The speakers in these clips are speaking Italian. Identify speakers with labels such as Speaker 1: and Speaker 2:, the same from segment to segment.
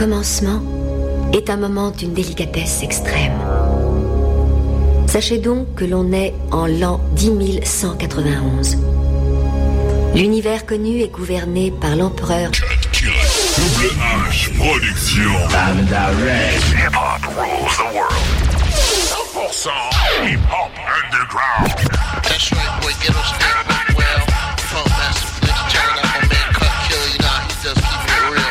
Speaker 1: commencement est un moment d'une délicatesse extrême. Sachez donc que l'on est en l'an 10 191. L'univers connu est gouverné par l'empereur
Speaker 2: Double H Production. Hip-hop rules the world. 100% hip-hop underground.
Speaker 3: That's right, boy, get us there, but well. Funk master, let's turn up my man Cut Killer, you know how he does, keep it real.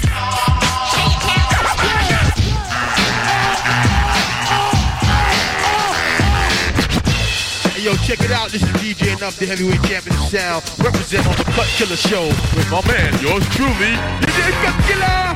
Speaker 4: Hey, yo, check it out, this is DJ Enough, the heavyweight champion of sound, represent on the Cut Killer Show with my man, yours truly, DJ Cut Killer!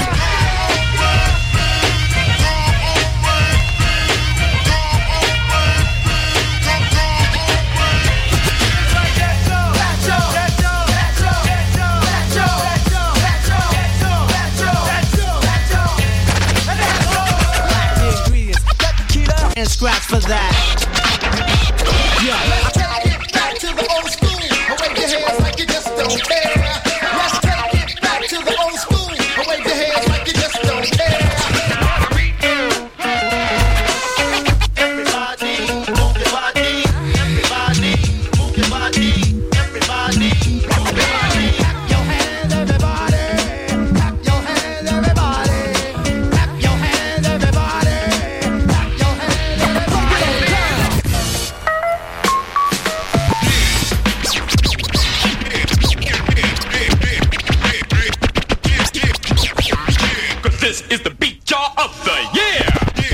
Speaker 5: And scratch for that. Yeah.
Speaker 6: Take it back to the old school. Wave your hands like you just don't care. Let's take it back to the old school. Wave your hands like you just don't care. Everybody, move your body. Everybody, move your body. Everybody, move your body. Clap your hands, everybody. Clap your hands, everybody. Clap your hands, everybody. Clap your hands, everybody.
Speaker 2: Cause this is the beat jar of the year.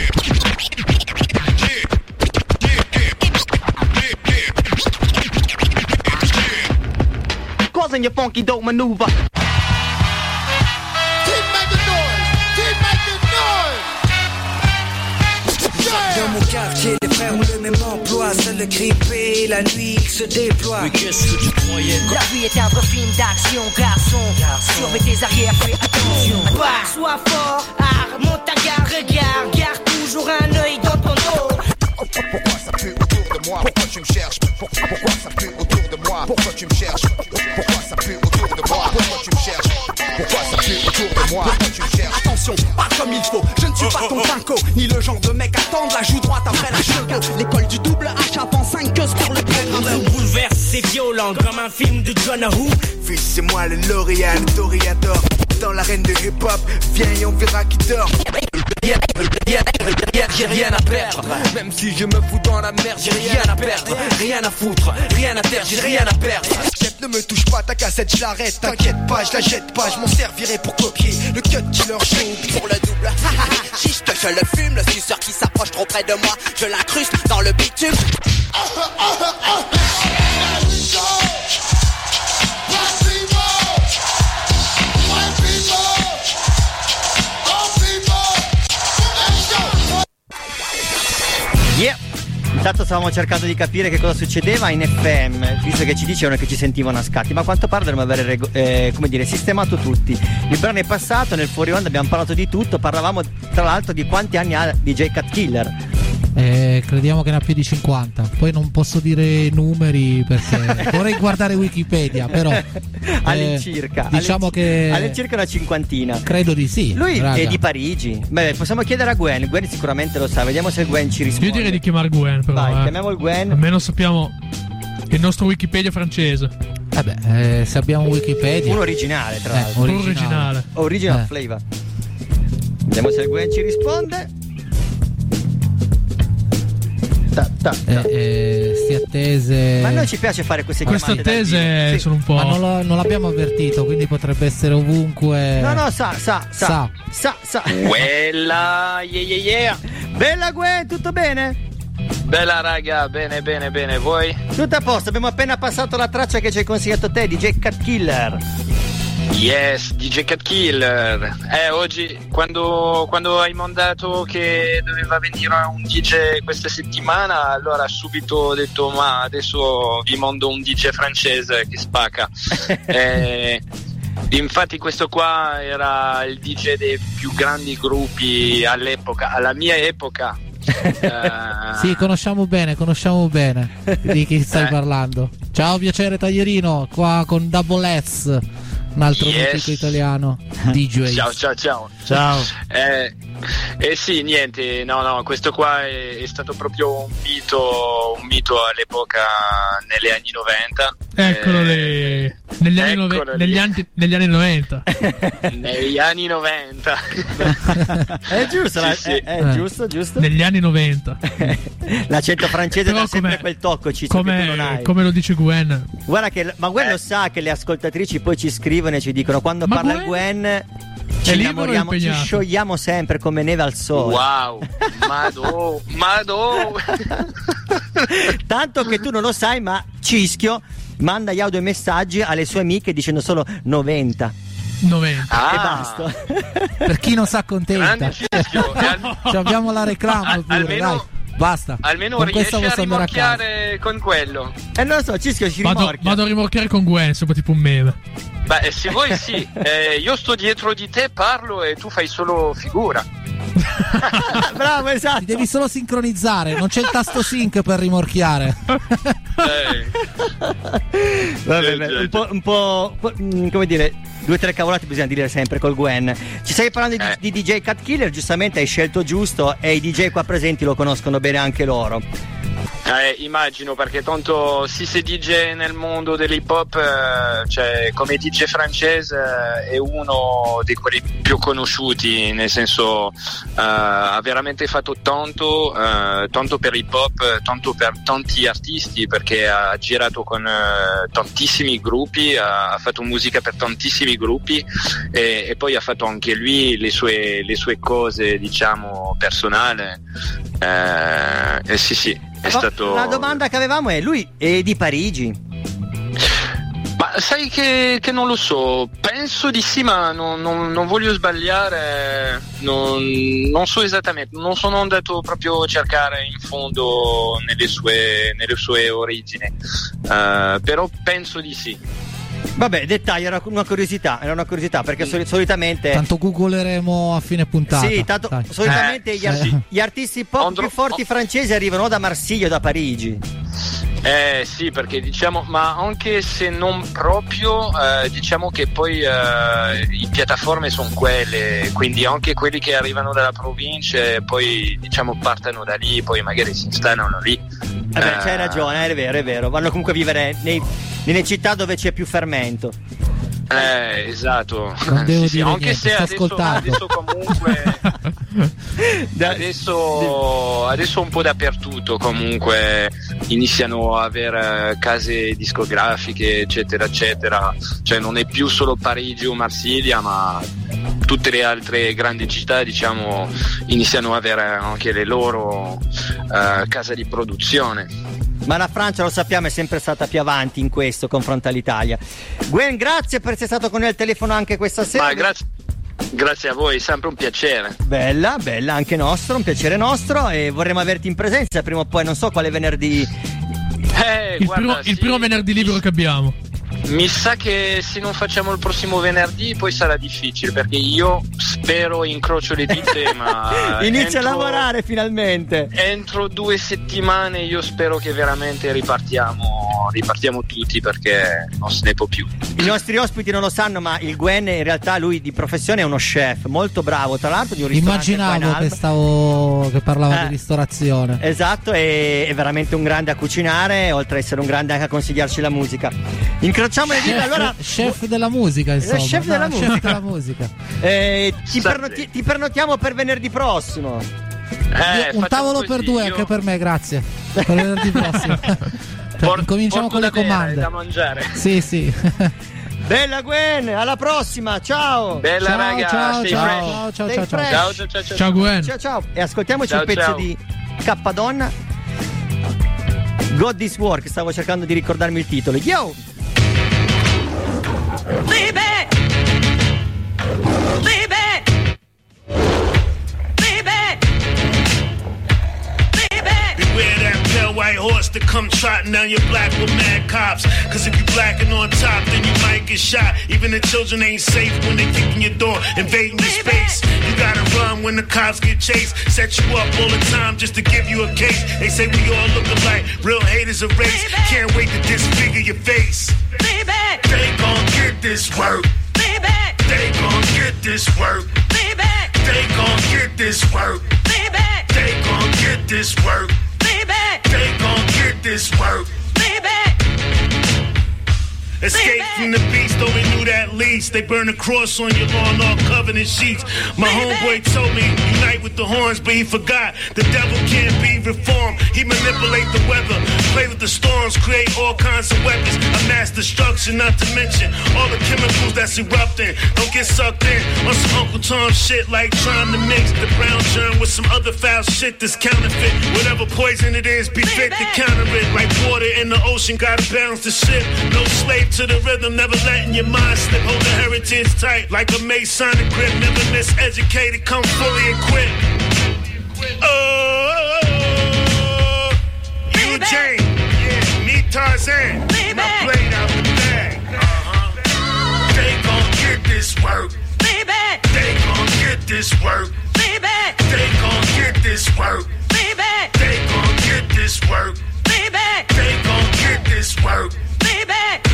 Speaker 5: Causing your funky dope maneuver.
Speaker 6: Keep making noise! Keep making noise!
Speaker 7: Dans mon quartier, les frères ont le même emploi. Seul le grippé, la nuit, il se déploie. Mais qu'est-ce que tu croyais?
Speaker 8: La vie est un vrai film d'action, garçon. Surveille tes arrières, fais attention. Sois fort, art, monte ta garde, regarde. Garde toujours un œil dans ton dos.
Speaker 6: Pourquoi ça pue autour de moi? Pourquoi tu me cherches? Pourquoi ça pue autour de moi? Pourquoi tu me cherches? Pourquoi ça pue autour de moi? Pourquoi tu me cherches? Pourquoi ça pue autour de moi? Pourquoi tu me cherches?
Speaker 5: Attention, pas comme il faut. Je ne suis pas ton pinko, ni le genre de mec à tendre la joue droite après la cheveux. L'école du double H avant 5 queues pour le programmeur.
Speaker 7: Bouleverse, c'est violent comme un film de John Woo.
Speaker 6: Fils, c'est moi le L'Oréal, Toréador. Dans l'arène de hip-hop, viens et on verra qui dort.
Speaker 7: J'ai rien à perdre. Même si je me fous dans la merde, j'ai rien à perdre. Rien à foutre, rien à terre, j'ai rien à perdre.
Speaker 6: Chef, ne me touche pas, ta cassette, je l'arrête. T'inquiète pas, je la jette pas, je m'en servirai pour copier le cut killer show.
Speaker 8: Pour le double, chiche que je le fume. Le suceur qui s'approche trop près de moi, je l'incruste dans le bitume.
Speaker 5: Yeah. Intanto stavamo cercando di capire che cosa succedeva in FM, visto che ci dicevano che ci sentivano a scatti, ma a quanto pare dovremmo aver sistemato tutti. Il brano è passato, nel fuori onda abbiamo parlato di tutto, parlavamo tra l'altro di quanti anni ha DJ Cut Killer.
Speaker 9: Crediamo che ne ha più di 50. Poi non posso dire numeri perché vorrei guardare Wikipedia, però
Speaker 5: all'incirca
Speaker 9: diciamo che
Speaker 5: all'incirca una cinquantina.
Speaker 9: Credo di sì.
Speaker 5: Lui
Speaker 9: raga.
Speaker 5: è di Parigi. Beh, possiamo chiedere a Gwen sicuramente lo sa. Vediamo se Gwen ci risponde.
Speaker 10: Io direi di chiamare Gwen, però.
Speaker 5: Vai, chiamiamo il Gwen.
Speaker 10: Almeno sappiamo il nostro Wikipedia francese.
Speaker 9: Se abbiamo Wikipedia.
Speaker 5: Un originale, tra l'altro.
Speaker 10: Original
Speaker 5: flavor. Vediamo se il Gwen ci risponde.
Speaker 9: Sti attese.
Speaker 5: Ma a noi ci piace fare queste
Speaker 10: attese sono un po'.
Speaker 9: Ma non l'abbiamo avvertito, quindi potrebbe essere ovunque.
Speaker 5: No, sa.
Speaker 11: Quella, yeah.
Speaker 5: Bella Gwen, tutto bene?
Speaker 11: Bella raga, bene, voi?
Speaker 5: Tutto a posto, abbiamo appena passato la traccia che ci hai consigliato te, DJ Cut Killer.
Speaker 11: Yes, DJ Cut Killer. Oggi quando hai mandato che doveva venire un DJ questa settimana, allora subito ho detto ma adesso vi mando un DJ francese che spacca. Infatti questo qua era il DJ dei più grandi gruppi all'epoca, alla mia epoca.
Speaker 9: Sì, conosciamo bene di chi stai parlando. Ciao, piacere Taglierino, qua con Double S. un altro mitico italiano, DJ.
Speaker 11: Ciao. Sì, niente, no, questo qua è stato proprio un mito all'epoca, negli anni 90.
Speaker 10: Eccolo lì, negli anni 90.
Speaker 11: Negli anni 90.
Speaker 5: È giusto,
Speaker 11: Sì.
Speaker 5: è giusto.
Speaker 10: Negli anni 90.
Speaker 5: L'accento francese
Speaker 10: Però
Speaker 5: dà sempre quel tocco, che tu non hai.
Speaker 10: Come lo dice Gwen.
Speaker 5: Guarda che Gwen lo sa che le ascoltatrici poi ci scrivono e ci dicono quando parla il Gwen ci innamoriamo, ci sciogliamo sempre come neve al sole.
Speaker 11: Wow, Madò.
Speaker 5: Tanto che tu non lo sai, ma Cischio manda gli audio e messaggi alle sue amiche dicendo solo 90. E basta.
Speaker 9: Per chi non si accontenta.
Speaker 11: Grande Cischio.
Speaker 9: Abbiamo la reclama pure,
Speaker 11: almeno,
Speaker 9: dai. Basta.
Speaker 11: Almeno
Speaker 9: con
Speaker 11: riesci a
Speaker 9: andare
Speaker 11: rimorchiare con quello.
Speaker 5: Non lo so, Cischio ci rimorchia.
Speaker 10: Vado a rimorchiare con Gwen, sembra tipo un meme.
Speaker 11: Beh, se vuoi sì. Io sto dietro di te, parlo e tu fai solo figura.
Speaker 5: Bravo, esatto.
Speaker 9: Ti devi solo sincronizzare, non c'è il tasto sync per rimorchiare.
Speaker 5: Vabbè, un po' come dire, 2 o 3 cavolate bisogna dire sempre col Gwen. Ci stai parlando di DJ Cat Killer, giustamente hai scelto giusto e i DJ qua presenti lo conoscono bene anche loro.
Speaker 11: Immagino, perché tanto si DJ nel mondo dell'hip hop, cioè come DJ francese è uno di quelli più conosciuti, nel senso ha veramente fatto tanto per hip hop, tanto per tanti artisti, perché ha girato con tantissimi gruppi, ha fatto musica per tantissimi gruppi e poi ha fatto anche lui le sue cose, diciamo, personali. Sì. È stato...
Speaker 5: La domanda che avevamo è: lui è di Parigi?
Speaker 11: Ma sai che non lo so, penso di sì, ma non voglio sbagliare, non so esattamente, non sono andato proprio a cercare in fondo nelle sue origini, però penso di sì.
Speaker 5: Vabbè, dettagli, era una curiosità perché solitamente
Speaker 9: tanto googleremo a fine puntata.
Speaker 5: Sì, tanto solitamente gli artisti pop più forti francesi arrivano o da Marsiglia o da Parigi.
Speaker 11: Sì, perché diciamo, ma anche se non proprio, diciamo che poi le piattaforme sono quelle, quindi anche quelli che arrivano dalla provincia poi diciamo partono da lì, poi magari si installano lì.
Speaker 5: C'hai ragione, è vero, vanno comunque a vivere nelle città dove c'è più fermento.
Speaker 11: Esatto.
Speaker 9: Non devo dire
Speaker 11: anche
Speaker 9: niente,
Speaker 11: se adesso comunque adesso un po' dappertutto comunque iniziano a avere case discografiche eccetera, cioè non è più solo Parigi o Marsiglia, ma tutte le altre grandi città, diciamo, iniziano a avere anche le loro case di produzione.
Speaker 5: Ma la Francia, lo sappiamo, è sempre stata più avanti in questo confronto all'Italia. Gwen, grazie per essere stato con noi al telefono anche questa sera.
Speaker 11: Ma grazie a voi, è sempre un piacere.
Speaker 5: Bella, anche nostro, un piacere nostro, e vorremmo averti in presenza prima o poi, non so quale venerdì.
Speaker 10: Il primo venerdì libero che abbiamo.
Speaker 11: Mi sa che se non facciamo il prossimo venerdì poi sarà difficile, perché io spero, incrocio le dite, ma
Speaker 5: inizia a lavorare finalmente.
Speaker 11: Entro 2 settimane io spero che veramente ripartiamo tutti, perché non se ne può più.
Speaker 5: I nostri ospiti non lo sanno, ma il Gwen in realtà lui di professione è uno chef molto bravo, tra l'altro di un ristorante.
Speaker 9: Immaginavo che parlava di ristorazione.
Speaker 5: Esatto, è veramente un grande a cucinare, oltre ad essere un grande anche a consigliarci la musica. Incrociamo le dita, allora.
Speaker 9: Chef della musica, insomma.
Speaker 5: Chef della musica.
Speaker 11: Ti
Speaker 5: pernotiamo per venerdì prossimo.
Speaker 9: Un tavolo per 2 anche per me, grazie. Per venerdì prossimo. Cominciamo con le comande.
Speaker 11: Da mangiare.
Speaker 9: Sì.
Speaker 5: Bella Gwen, alla prossima, ciao.
Speaker 11: Bella raga,
Speaker 9: ciao.
Speaker 10: Ciao Gwen.
Speaker 5: Ciao. E ascoltiamoci un pezzo di Cappadonna. God This War, che stavo cercando di ricordarmi il titolo. Yo!
Speaker 12: Beware that pale white horse that come trotting down your block with mad cops. Cause if you blacking on top, then you might get shot. Even the children ain't safe when they kick in your door, invading your space. You gotta run when the cops get chased. Set you up all the time just to give you a case. They say we all look alike, real haters of race. Can't wait to disfigure your face. They gon' get this work. get this work.
Speaker 8: Baby,
Speaker 12: They gon' get this work.
Speaker 8: baby,
Speaker 12: They gon' get this work.
Speaker 8: baby,
Speaker 12: They gon' get this work.
Speaker 8: baby.
Speaker 12: Escape from the beast, though we knew that least. They burn a cross on your lawn, all covered in sheets. My homeboy told me, unite with the horns, but he forgot. The devil can't be reformed. He manipulate the weather, play with the storms, create all kinds of weapons. A mass destruction, not to mention all the chemicals that's erupting. Don't get sucked in on some Uncle Tom shit, like trying to mix the brown germ with some other foul shit that's counterfeit. Whatever poison it is, be fit to counter it. Like water in the ocean, gotta balance the ship. No slave to the rhythm, never letting your mind slip. Hold the heritage tight like a Masonic grip. Never miseducated, come fully equipped. Oh, you Jane, yeah, me Tarzan. My blade out the bag. They gon' get this work.
Speaker 8: Baby,
Speaker 12: They gon' get this work.
Speaker 8: baby,
Speaker 12: They gon' get this work.
Speaker 8: baby,
Speaker 12: They gon' get this work.
Speaker 8: baby,
Speaker 12: They gon' get this work.
Speaker 8: baby.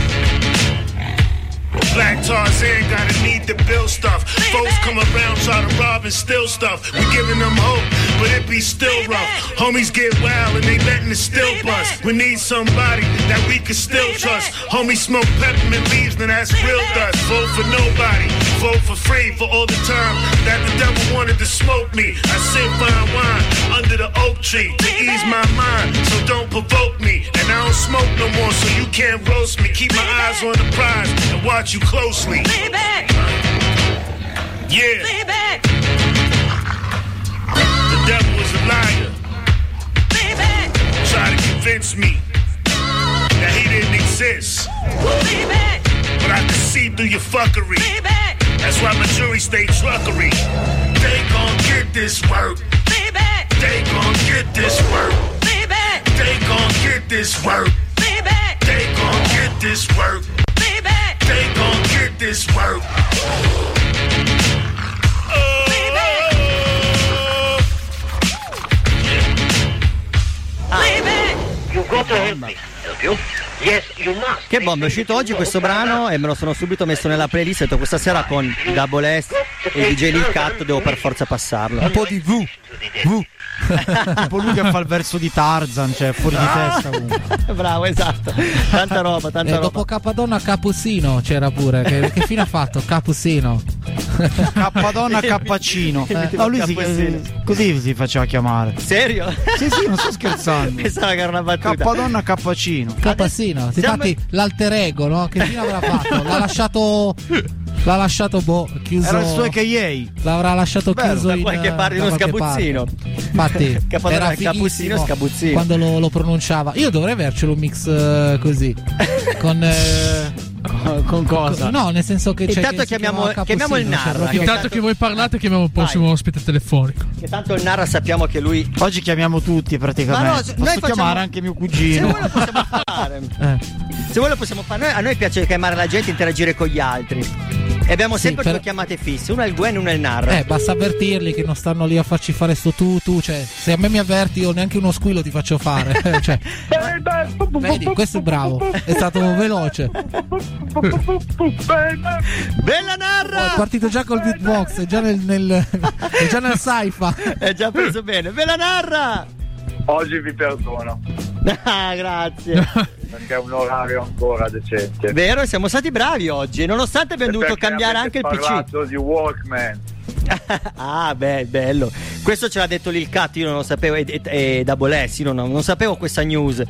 Speaker 12: Black Tarzan gotta need to build stuff. Folks come around, try to rob and steal stuff. We giving them hope, but it be still rough. Homies get wild and they letting it still bust. We need somebody that we can still trust. Homies smoke peppermint leaves, then that's real dust. Vote for nobody, vote for free for all the time that the devil wanted to smoke me. I sip fine wine under the oak tree to ease my mind, so don't provoke me. And I don't smoke no more, so you can't roast me. Keep my eyes on the prize and watch you closely. Yeah. The devil is a liar. Try to convince me that he didn't exist. But I can see through your fuckery. That's why my jury stay truckery. They gon' get this work. They gon' get this work. They gon' get this work. They gon' get this work. They gon' get this work.
Speaker 13: You got to help me. Help you? Yes, you must.
Speaker 5: Che bomba, è uscito oggi questo brano e me lo sono subito messo nella playlist. Ho detto questa sera con Double S e DJ Lil Cat devo per forza passarlo.
Speaker 14: Un po' di V. Tipo lui che fa il verso di Tarzan, cioè fuori di testa comunque.
Speaker 5: Bravo, esatto. Tanta roba, tanta roba.
Speaker 9: Dopo Capadonna Capussino c'era pure. Che fine ha fatto? Capussino.
Speaker 14: Capadonna Cappacino. No, lui così si faceva chiamare.
Speaker 5: Serio?
Speaker 14: Sì, non sto scherzando.
Speaker 5: Pensavo che era una battuta.
Speaker 14: Capadonna Cappacino.
Speaker 9: Capassino. Infatti l'alter ego, no? Che fine avrà fatto? L'ha lasciato chiuso.
Speaker 14: Era il suo EKA.
Speaker 9: L'avrà lasciato chiuso
Speaker 5: da qualche parte, uno scapuzzino.
Speaker 9: Infatti era
Speaker 5: Capuzzino scapuzzino
Speaker 9: quando lo pronunciava. Io dovrei avercelo un mix così
Speaker 14: con cosa?
Speaker 9: No, nel senso che
Speaker 5: intanto chiamiamo il Narra.
Speaker 10: Intanto che voi parlate, chiamiamo il prossimo ospite telefonico.
Speaker 5: Che tanto il Narra sappiamo che lui.
Speaker 14: Oggi chiamiamo tutti praticamente. Posso chiamare anche mio cugino.
Speaker 5: Se vuoi lo possiamo fare. Se vuoi lo possiamo fare. A noi piace chiamare la gente e interagire con gli altri. E abbiamo sempre due chiamate fisse, una è il Gwen e una è il Narra.
Speaker 9: Basta avvertirli che non stanno lì a farci fare sto tu, cioè se a me mi avverti io neanche uno squillo ti faccio fare. Cioè, vedi, questo è bravo, è stato veloce.
Speaker 5: Bella Narra!
Speaker 9: È partito già col beatbox, è già nel saifa.
Speaker 5: È già preso bene. Bella Narra!
Speaker 15: Oggi vi perdono.
Speaker 5: Ah, grazie.
Speaker 15: Perché è un orario ancora decente.
Speaker 5: Vero, siamo stati bravi oggi, nonostante abbiamo dovuto cambiare anche il PC.
Speaker 15: Ho parlato di Walkman.
Speaker 5: Ah, beh, bello. Questo ce l'ha detto Lil Cat, io non lo sapevo, e Double S, io non sapevo questa news.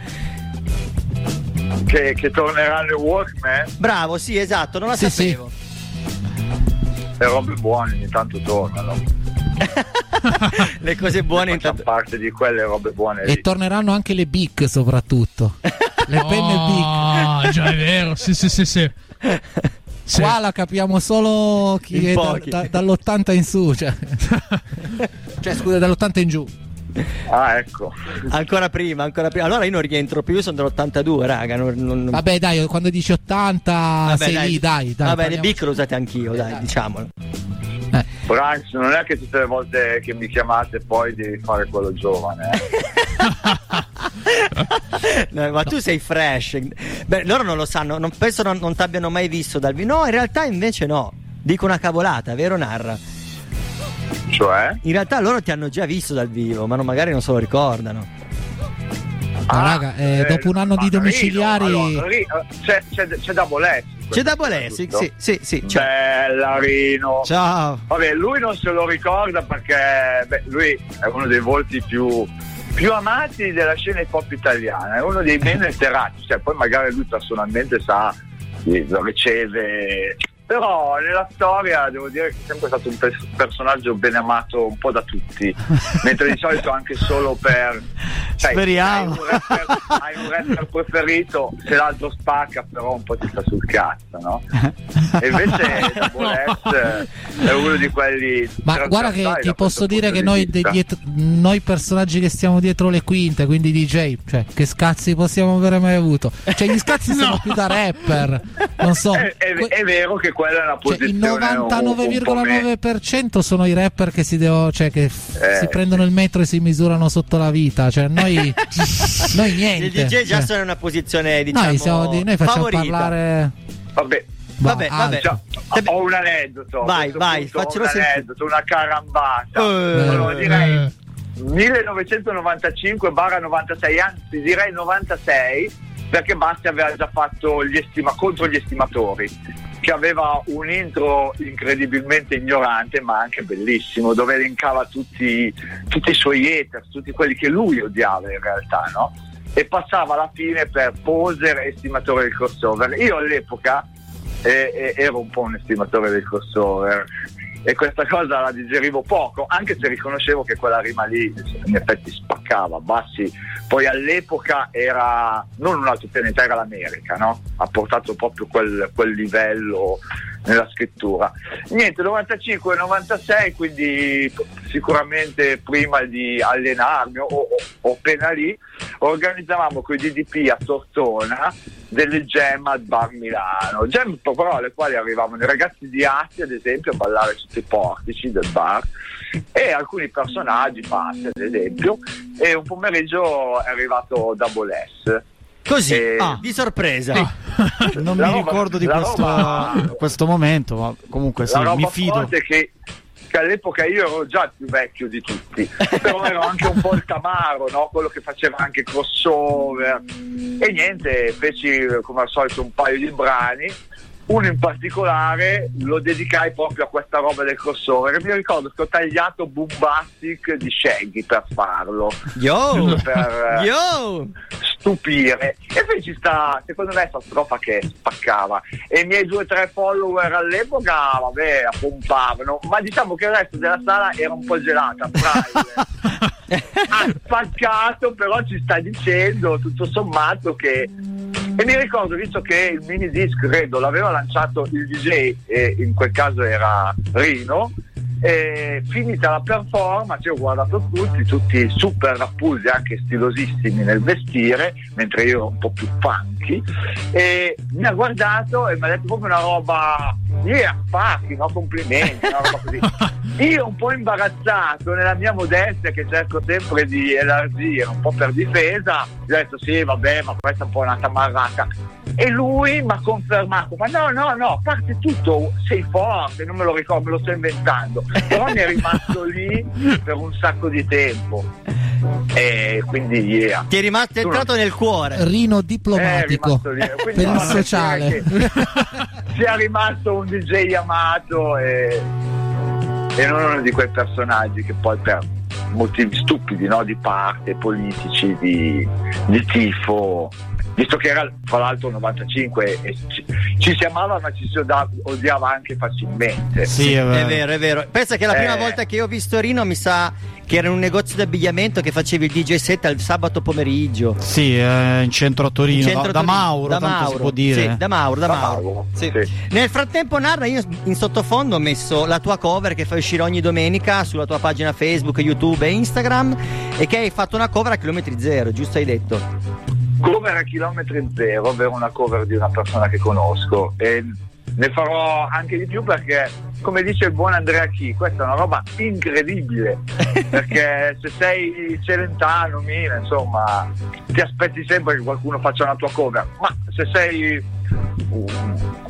Speaker 15: Che torneranno i Walkman?
Speaker 5: Bravo, sì, esatto, non la sapevo.
Speaker 15: Le robe buone ogni tanto tornano.
Speaker 5: Le cose buone
Speaker 15: intanto parte di quelle robe buone
Speaker 9: e
Speaker 15: lì.
Speaker 9: Torneranno anche le Bic soprattutto. Le penne Bic.
Speaker 10: Ah, già è vero, sì.
Speaker 9: Qua la capiamo solo chi è dall'80 in su, cioè scusa, dall'80 in giù.
Speaker 15: Ah, ecco.
Speaker 5: Ancora prima. Allora io non rientro più, io sono dell'82, raga.
Speaker 9: Vabbè, dai, quando dici 80 sei lì, dai.
Speaker 5: Vabbè, le Bic lo usate anch'io, dai, diciamolo.
Speaker 15: Branch, non è che tutte le volte che mi chiamate poi devi fare quello giovane.
Speaker 5: No, ma tu sei fresh. Beh, loro non lo sanno, penso non ti abbiano mai visto dal vivo. No, in realtà invece no. Dico una cavolata, vero Narra?
Speaker 15: Cioè?
Speaker 5: In realtà loro ti hanno già visto dal vivo, ma magari non se lo ricordano.
Speaker 9: Raga, dopo un anno di domiciliari
Speaker 15: Rino, c'è Double S.
Speaker 5: C'è Double S, sì.
Speaker 15: Bella Rino.
Speaker 14: Ciao.
Speaker 15: Vabbè, lui non se lo ricorda perché lui è uno dei volti più amati della scena hip hop italiana, è uno dei meno enterati, cioè poi magari lui personalmente lo riceve, però nella storia devo dire che è sempre stato un personaggio ben amato un po' da tutti, mentre di solito anche solo per
Speaker 14: speriamo
Speaker 15: hai un rapper preferito, se l'altro spacca però un po' ti sta sul cazzo, no? E invece Double S è uno di quelli.
Speaker 9: Ma guarda che ti posso dire che noi personaggi che stiamo dietro le quinte, quindi DJ, cioè che scazzi possiamo avere mai avuto? Cioè gli scazzi sono più da rapper, non so.
Speaker 15: È vero che quella è una posizione,
Speaker 9: il 99,9% sono i rapper che si prendono il metro e si misurano sotto la vita, cioè noi niente.
Speaker 5: Il DJ già sono in una posizione, diciamo,
Speaker 9: noi facciamo
Speaker 5: favorita.
Speaker 9: parlare.
Speaker 15: Vabbè. Ho un aneddoto.
Speaker 5: Vai, faccelo sentire.
Speaker 15: Una carambata. Allora, direi 1995/96, anzi direi 96, perché Basti aveva già fatto contro gli estimatori, che aveva un intro incredibilmente ignorante ma anche bellissimo, dove elencava tutti i suoi haters, tutti quelli che lui odiava in realtà, no? E passava alla fine per poser e estimatore del crossover. Io all'epoca ero un po' un estimatore del crossover e questa cosa la digerivo poco, anche se riconoscevo che quella rima lì in effetti spaccava. Bassi poi all'epoca era non un altro pianeta, era l'America, no? Ha portato proprio quel livello nella scrittura. Niente, 95-96, quindi sicuramente prima di allenarmi o appena lì, organizzavamo con i DDP a Tortona delle jam al Bar Milano, jam però alle quali arrivavano i ragazzi di Asti ad esempio a ballare sotto i portici del bar e alcuni personaggi, Passi ad esempio, e un pomeriggio è arrivato Double S.
Speaker 5: Così, di sorpresa.
Speaker 14: Non mi ricordo di questo momento, ma comunque sì, mi fido.
Speaker 15: Che all'epoca io ero già il più vecchio di tutti, però ero anche un po' il tamaro, no? Quello che faceva anche crossover. E niente, feci come al solito un paio di brani. Uno in particolare lo dedicai proprio a questa roba del crossover e mi ricordo che ho tagliato Boombastic di Shaggy per farlo, per stupire, e feci secondo me sta strofa che spaccava e i miei 2 o 3 follower all'epoca pompavano, ma diciamo che il resto della sala era un po' gelata, ha spaccato, però ci sta dicendo tutto sommato che. E mi ricordo, visto che il mini disc credo l'aveva lanciato il DJ, e in quel caso era Rino, e finita la performance ho guardato tutti super rappusi, anche stilosissimi nel vestire, mentre io ero un po' più funky, e mi ha guardato e mi ha detto proprio una roba fucking, no, complimenti, una roba così. Io un po' imbarazzato nella mia modestia, che cerco sempre di elargire un po' per difesa, gli ho detto sì vabbè, ma questa è un po' una tamarrata, e lui mi ha confermato, ma no, a parte tutto sei forte, non me lo ricordo, me lo sto inventando, però mi è rimasto lì per un sacco di tempo e quindi
Speaker 5: ti è entrato nel cuore.
Speaker 9: Rino diplomatico per il sociale.
Speaker 15: Sia rimasto un DJ amato e non uno di quei personaggi che poi per motivi stupidi, no, di parte, politici, di tifo, visto che era tra l'altro 95 e ci si amava ma ci si odiava anche facilmente.
Speaker 5: Sì, è vero. Pensa che la prima volta che io ho visto Rino mi sa che era in un negozio di abbigliamento che facevi il DJ set al sabato pomeriggio.
Speaker 14: Sì, in centro a Torino, da Mauro, tanto si può dire.
Speaker 5: Sì, da Mauro. Sì. Nel frattempo, Narra, io in sottofondo ho messo la tua cover che fai uscire ogni domenica sulla tua pagina Facebook, YouTube e Instagram, e che hai fatto una cover a chilometri zero, giusto hai detto?
Speaker 15: Cover a chilometri zero, ovvero una cover di una persona che conosco, e ne farò anche di più perché, come dice il buon Andrea Chi, questa è una roba incredibile perché se sei celentano, insomma, ti aspetti sempre che qualcuno faccia una tua cover, ma se sei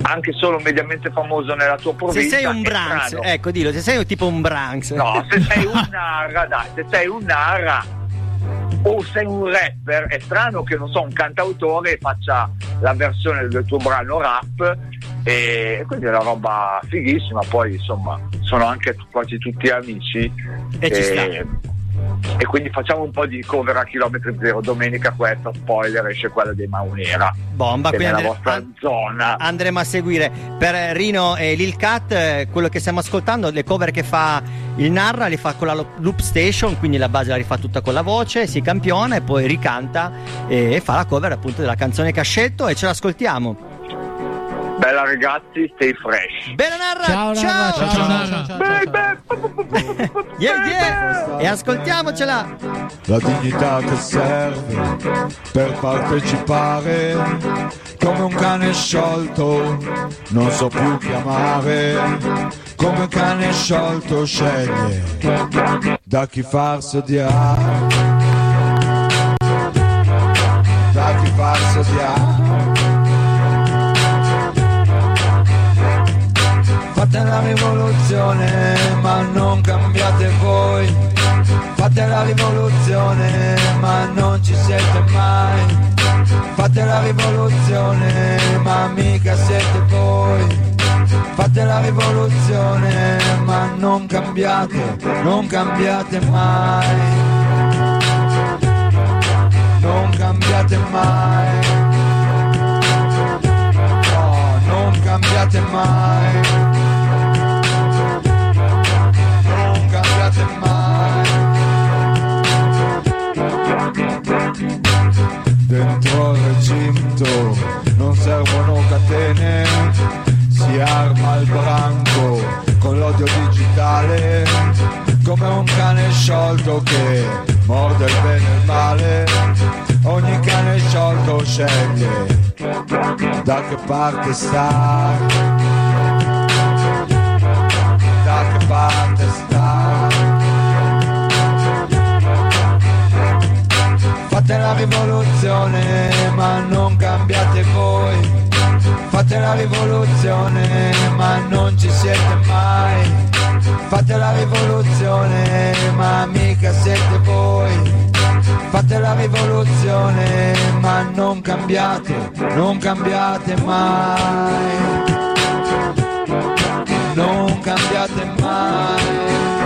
Speaker 15: anche solo mediamente famoso nella tua provincia.
Speaker 5: Se sei un
Speaker 15: è
Speaker 5: Branks,
Speaker 15: strano.
Speaker 5: ecco, dillo, se sei tipo un Branks.
Speaker 15: No, se sei un narra, dai, se sei un narra o sei un rapper, è strano che, non so, un cantautore faccia la versione del tuo brano rap, e quindi è una roba fighissima. Poi insomma sono anche quasi tutti amici
Speaker 5: e ci sta.
Speaker 15: E quindi facciamo un po' di cover a chilometri zero. Domenica questa, spoiler, esce quella dei Maunera.
Speaker 5: Bomba,
Speaker 15: che
Speaker 5: quindi
Speaker 15: nella vostra zona
Speaker 5: andremo a seguire. Per Rino e Lil Cat, quello che stiamo ascoltando, le cover che fa il Narra le fa con la Loop Station, quindi la base la rifà tutta con la voce, si campiona e poi ricanta e fa la cover appunto della canzone che ha scelto, e ce l'ascoltiamo.
Speaker 15: Bella ragazzi, stay fresh.
Speaker 5: Bella Narra,
Speaker 9: Ciao,
Speaker 5: ciao.
Speaker 9: Narra,
Speaker 5: Yeah. E ascoltiamocela.
Speaker 16: La dignità che serve per partecipare, come un cane sciolto, non so più chiamare, come un cane sciolto sceglie da chi farsi odiare, da chi farsi odiare. Fate la rivoluzione ma non cambiate voi, fate la rivoluzione ma non ci siete mai, fate la rivoluzione ma mica siete voi, fate la rivoluzione ma non cambiate mai, non cambiate mai, no, non cambiate mai. Dentro il recinto non servono catene, si arma il branco con l'odio digitale, come un cane sciolto che morde il bene e il male. Ogni cane sciolto sceglie da che parte sta, da che parte sta. Fate la rivoluzione ma non cambiate voi, fate la rivoluzione ma non ci siete mai, fate la rivoluzione ma mica siete voi, fate la rivoluzione ma non cambiate mai, non cambiate mai.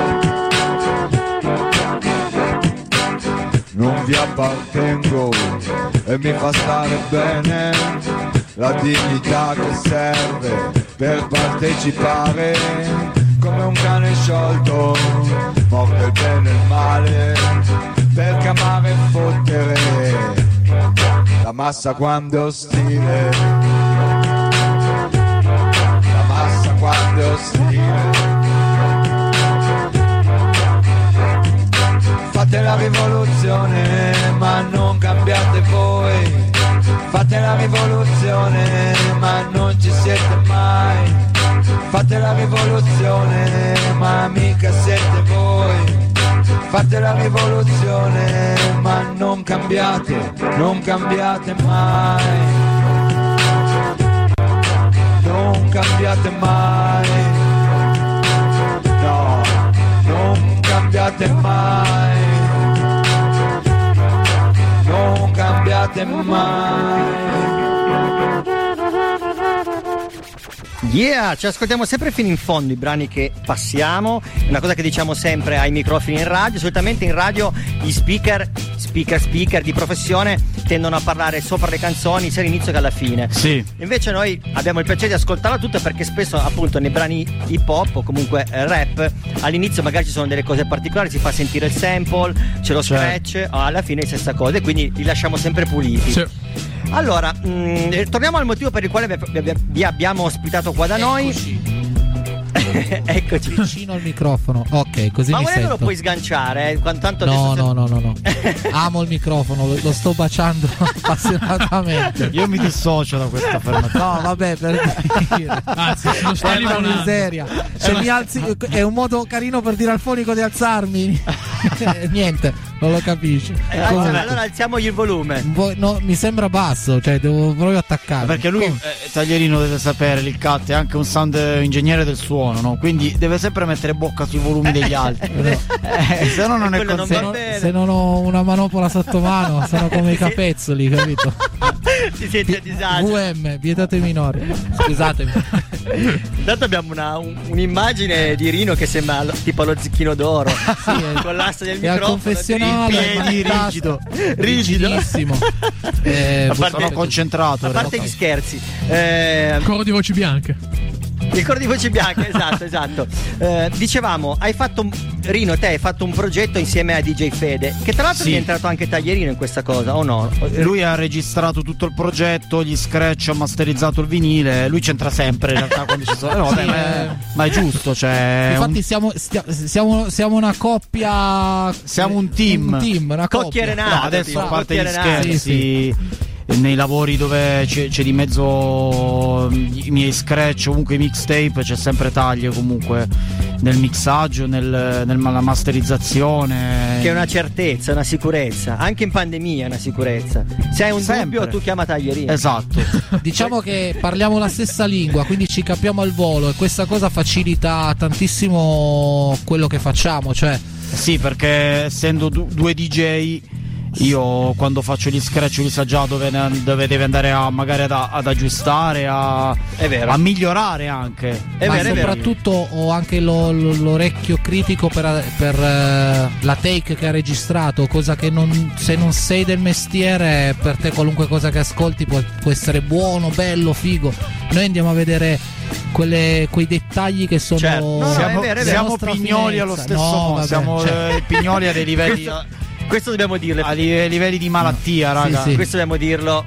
Speaker 16: Non vi appartengo e mi fa stare bene, la dignità che serve per partecipare, come un cane sciolto morde il bene e il male, per chiamare e fottere la massa quando è ostile, la massa quando è ostile. Fate la rivoluzione ma non cambiate voi, fate la rivoluzione ma non ci siete mai, fate la rivoluzione ma mica siete voi, fate la rivoluzione ma non cambiate mai, non cambiate mai, no, non cambiate mai. Non cambiate mai.
Speaker 5: Yeah, ci ascoltiamo sempre fino in fondo i brani che passiamo, una cosa che diciamo sempre ai microfoni in radio. Solitamente in radio gli speaker di professione tendono a parlare sopra le canzoni sia all'inizio che alla fine.
Speaker 14: Sì.
Speaker 5: Invece noi abbiamo il piacere di ascoltarla tutta, perché spesso appunto nei brani hip hop o comunque rap all'inizio magari ci sono delle cose particolari, si fa sentire il sample, c'è lo scratch, alla fine è la stessa cosa, e quindi li lasciamo sempre puliti.
Speaker 10: Sì.
Speaker 5: Allora, torniamo al motivo per il quale vi abbiamo ospitato qua da noi. Eccoci
Speaker 9: vicino al microfono, ok, così
Speaker 5: ma
Speaker 9: mi
Speaker 5: volendo
Speaker 9: sento.
Speaker 5: lo puoi sganciare, tanto
Speaker 9: no,
Speaker 5: adesso
Speaker 9: no. Amo il microfono, lo sto baciando appassionatamente.
Speaker 14: Io mi dissocio da questa affermazione.
Speaker 9: No, vabbè, per dire.
Speaker 10: Anzi, non stai
Speaker 9: una
Speaker 10: limonando.
Speaker 9: miseria. Se mi alzi, è un modo carino per dire al fonico di alzarmi. Niente. non lo capisce.
Speaker 5: Allora alziamogli il volume.
Speaker 9: No, mi sembra basso, cioè devo proprio attaccare.
Speaker 14: Perché lui, Taglierino, deve sapere, il cat è anche un sound ingegnere del suono, no? Quindi deve sempre mettere bocca sui volumi degli altri. Se no non è così.
Speaker 9: Se non ho una manopola sotto mano, sono come i capezzoli, capito?
Speaker 5: Si sente a disagio.
Speaker 9: VM, vietato ai minori. Scusatemi.
Speaker 5: Intanto abbiamo un'immagine di Rino che sembra tipo lo zecchino d'oro, con l'asse del microfono,
Speaker 9: al confessionale,
Speaker 5: rigido,
Speaker 9: rigidissimo.
Speaker 5: Sono
Speaker 14: concentrato.
Speaker 5: A parte gli scherzi,
Speaker 10: coro di voci bianche.
Speaker 5: Il coro di voci bianche, esatto. Dicevamo, Rino, te hai fatto un progetto insieme a DJ Fede, che tra l'altro è entrato anche Taglierino in questa cosa, o no?
Speaker 14: Lui ha registrato tutto il progetto, gli scratch, ha masterizzato il vinile. Lui c'entra sempre in realtà quando ci sono. Ma è giusto, cioè.
Speaker 9: Infatti siamo una coppia.
Speaker 14: Siamo un team,
Speaker 9: una
Speaker 5: coppia.
Speaker 14: No, adesso a parte gli scherzi. Sì. Nei lavori dove c'è di mezzo i miei scratch, comunque i mixtape, c'è sempre Taglie comunque nel mixaggio, nella masterizzazione,
Speaker 5: che è una certezza, una sicurezza, anche in pandemia è una sicurezza. Se hai un dubbio tu chiama Taglierino.
Speaker 14: Esatto.
Speaker 9: Diciamo che parliamo la stessa lingua, quindi ci capiamo al volo, e questa cosa facilita tantissimo quello che facciamo, cioè.
Speaker 14: Sì, perché essendo due DJ, io quando faccio gli scratch lui sa già dove deve andare magari ad aggiustare, a migliorare anche.
Speaker 9: Ma soprattutto ho anche l'orecchio critico per la take che ha registrato, cosa che se non sei del mestiere, per te qualunque cosa che ascolti può essere buono, bello, figo. Noi andiamo a vedere quei dettagli che sono.
Speaker 5: Certo.
Speaker 14: Siamo pignoli allo stesso modo. Siamo pignoli a dei livelli.
Speaker 5: Questo dobbiamo dirlo
Speaker 14: a livelli di malattia, raga.
Speaker 5: Sì. Questo dobbiamo dirlo.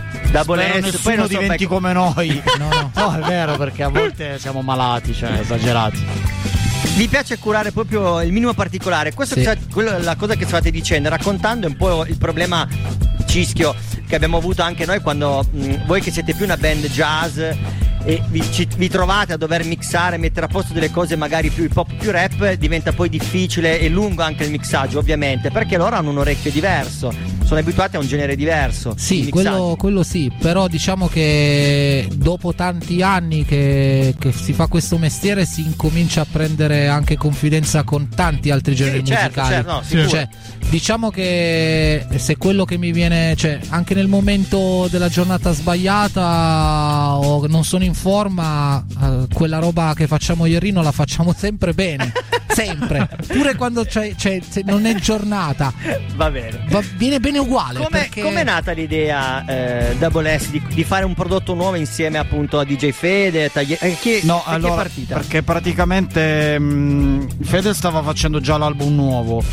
Speaker 14: Poi non diventi come noi. No, è vero, perché a volte siamo malati, cioè esagerati.
Speaker 5: Vi piace curare proprio il minimo particolare. Questo la cosa che stavate dicendo, raccontando un po' il problema cischio che abbiamo avuto anche noi quando voi che siete più una band jazz e vi trovate a dover mixare, mettere a posto delle cose magari più hip hop, più rap, diventa poi difficile e lungo anche il mixaggio, ovviamente, perché loro hanno un orecchio diverso, sono abituati a un genere diverso.
Speaker 9: Sì, quello sì, però diciamo che dopo tanti anni che si fa questo mestiere si incomincia a prendere anche confidenza con tanti altri generi musicali. Cioè, diciamo che se quello che mi viene, cioè anche nel momento della giornata sbagliata o non sono in forma, quella roba che facciamo io e Rino la facciamo sempre bene. Sempre, pure quando non è giornata,
Speaker 5: va bene,
Speaker 9: viene bene uguale.
Speaker 5: Come è nata l'idea Double S di fare un prodotto nuovo insieme appunto a DJ Fede? Chi è partita?
Speaker 14: Perché praticamente Fede stava facendo già l'album nuovo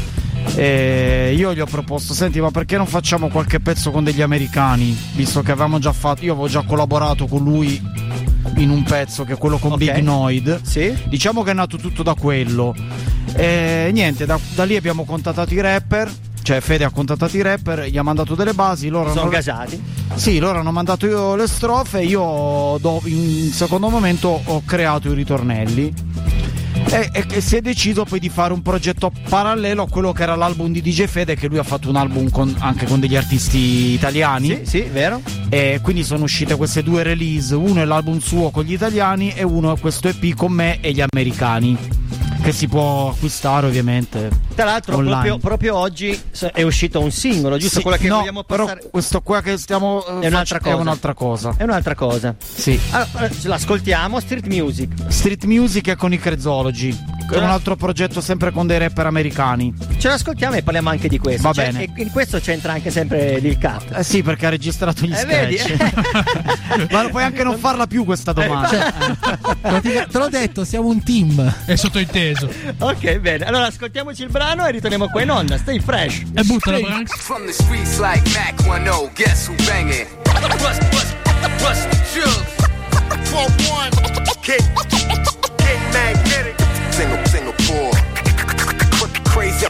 Speaker 14: e io gli ho proposto: senti, ma perché non facciamo qualche pezzo con degli americani, visto che avevamo già fatto, io avevo già collaborato con lui in un pezzo che è quello con Big Noid.
Speaker 5: Sì.
Speaker 14: Diciamo che è nato tutto da quello. E niente, da lì abbiamo contattato i rapper. Cioè Fede ha contattato i rapper, gli ha mandato delle basi, loro
Speaker 5: sono gasati.
Speaker 14: Sì, loro hanno mandato le strofe, io in secondo momento ho creato i ritornelli. E si è deciso poi di fare un progetto parallelo a quello che era l'album di DJ Fede, che lui ha fatto un album anche con degli artisti italiani.
Speaker 5: Sì, vero.
Speaker 14: E quindi sono uscite queste due release, uno è l'album suo con gli italiani e uno è questo EP con me e gli americani, che si può acquistare ovviamente.
Speaker 5: Tra l'altro proprio oggi è uscito un singolo, giusto?
Speaker 14: Sì,
Speaker 5: quella che vogliamo passare.
Speaker 14: Però questo qua che stiamo
Speaker 5: è un'altra cosa.
Speaker 14: È un'altra cosa. Sì.
Speaker 5: Allora, l'ascoltiamo. Street
Speaker 14: Music è con i Craziology, è un altro progetto sempre con dei rapper americani.
Speaker 5: Ce l'ascoltiamo e parliamo anche di questo.
Speaker 14: Va bene.
Speaker 5: E in questo c'entra anche sempre Lil Cat.
Speaker 14: Sì, perché ha registrato gli scratch. Ma puoi anche non farla più questa domanda.
Speaker 9: Te l'ho detto, siamo un team.
Speaker 10: È sottointeso.
Speaker 5: Ok, bene. Allora ascoltiamoci il brano e ritorniamo qua in onda. Stay fresh.
Speaker 10: E butta la Branks.
Speaker 17: From the streets like Mac 10, guess who banging? Rust the jugs. 12-1. Get magnetic. Singapore. Crazy.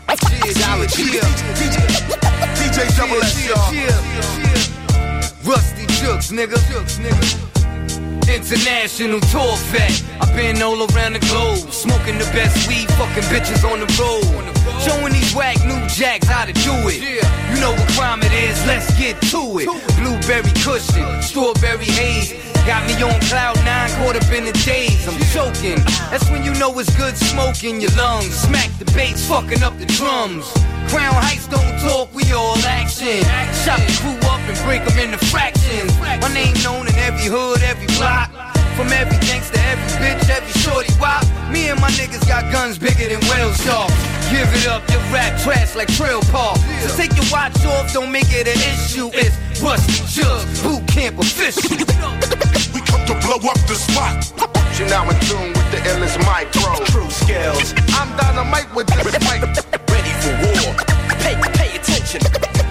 Speaker 17: DJ Double S, y'all. Rusty jugs, nigga.
Speaker 7: international tour vet. I've been all around the globe, smoking the best weed, fucking bitches on the road, showing these whack new jacks how to do it. You know what crime it is, let's get to it. Blueberry cushion, strawberry haze, got me on cloud 9, caught up in the days. I'm choking, that's when you know it's good smoke in your lungs. Smack the bass, fucking up the drums. Crown Heights don't talk, we all action. Chop the crew up and break them into fractions. My name known in every hood, every block. From every gangster, every bitch, every shorty wop. Me and my niggas got guns bigger than whale sharks. Give it up, your rap trash like Trail Park. So take your watch off, don't make it an issue. It's Rusty Jugs, boot camp official.
Speaker 17: We come to blow up the spot. You're now in tune with the illest micro. True skills. I'm dynamite with this mic. Ready for war. Pay attention.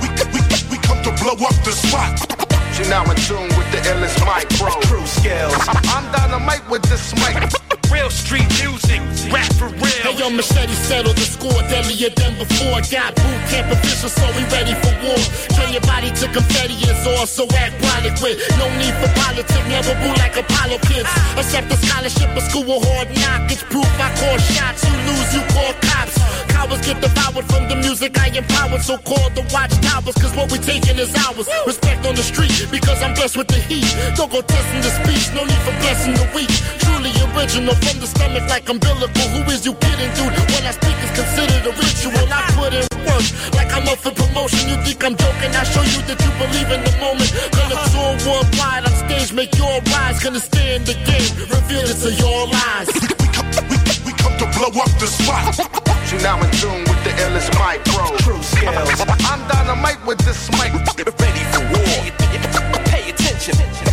Speaker 17: We come to blow up the spot. You're now in tune with the illest micro. True skills. I'm dynamite with this mic.
Speaker 12: Real street music, rap for real.
Speaker 18: Hey yo, Machete settled the score, deadlier than before. Got boot camp officials, so we ready for war. Turn your body to confetti, it's also act chronic with no need for politics, never boo like Apollo kids. Accept the scholarship, a school of hard knock. It's proof I call shots, you lose, you call cops. Cowards get devoured from the music I empowered, so call the watchtowers, cause what we taking is ours. Respect on the street, because I'm blessed with the heat. Don't go testing the speech, no need for blessing the weak. Truly original from the stomach like umbilical. Who is you kidding, dude? When I speak it's considered a ritual. I put in work like I'm up for promotion. You think I'm joking? I show you that you believe in the moment. Gonna tour worldwide on stage, make your rise. Gonna stay in the game, reveal it to your lies.
Speaker 17: We come to blow up the spot. You're now in tune with the illest micro. True skills. I'm dynamite with this mic. Ready for war. Pay attention.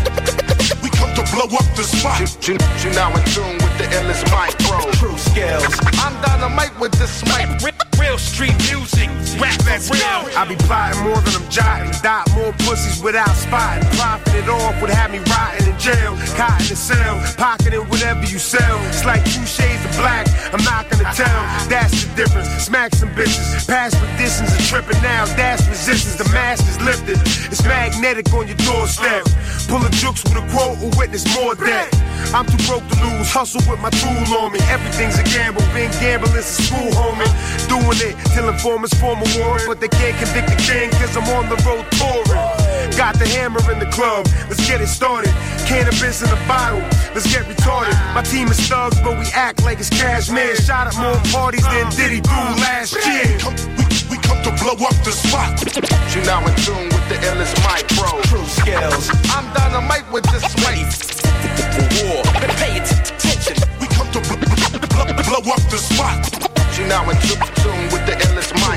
Speaker 17: We come to blow up the spot. You're now in tune with the illest micro. True skills. I'm dynamite with this mic.
Speaker 12: Real street music, rap for real.
Speaker 19: I be plotting more than I'm jotting. Dot more pussies without spotting. Profit it off would have me rotting in jail. Cotton and sell, pocketing whatever you sell. It's like 2 shades of black, I'm not gonna tell. That's the difference, smack some bitches. Past traditions are tripping now, dash resistance. The mask is lifted, it's magnetic on your doorstep. Pull a jukes with a quote or witness more debt. I'm too broke to lose, hustle with my tool on me. Everything's a gamble, been gambling since school, homie. Doing it till informers form a warrant, but they can't convict the king cause I'm on the road touring. Got the hammer in the club, let's get it started. Cannabis in a bottle, let's get retarded. My team is thugs, but we act like it's Cashmere. Shot at more parties than Diddy do last year.
Speaker 17: We come to blow up the spot. You're now in tune with the illest micro. True skills. I'm dynamite with this mic. For war. Pay attention. We come to blow up the spot. You're now in tune with the illest mic.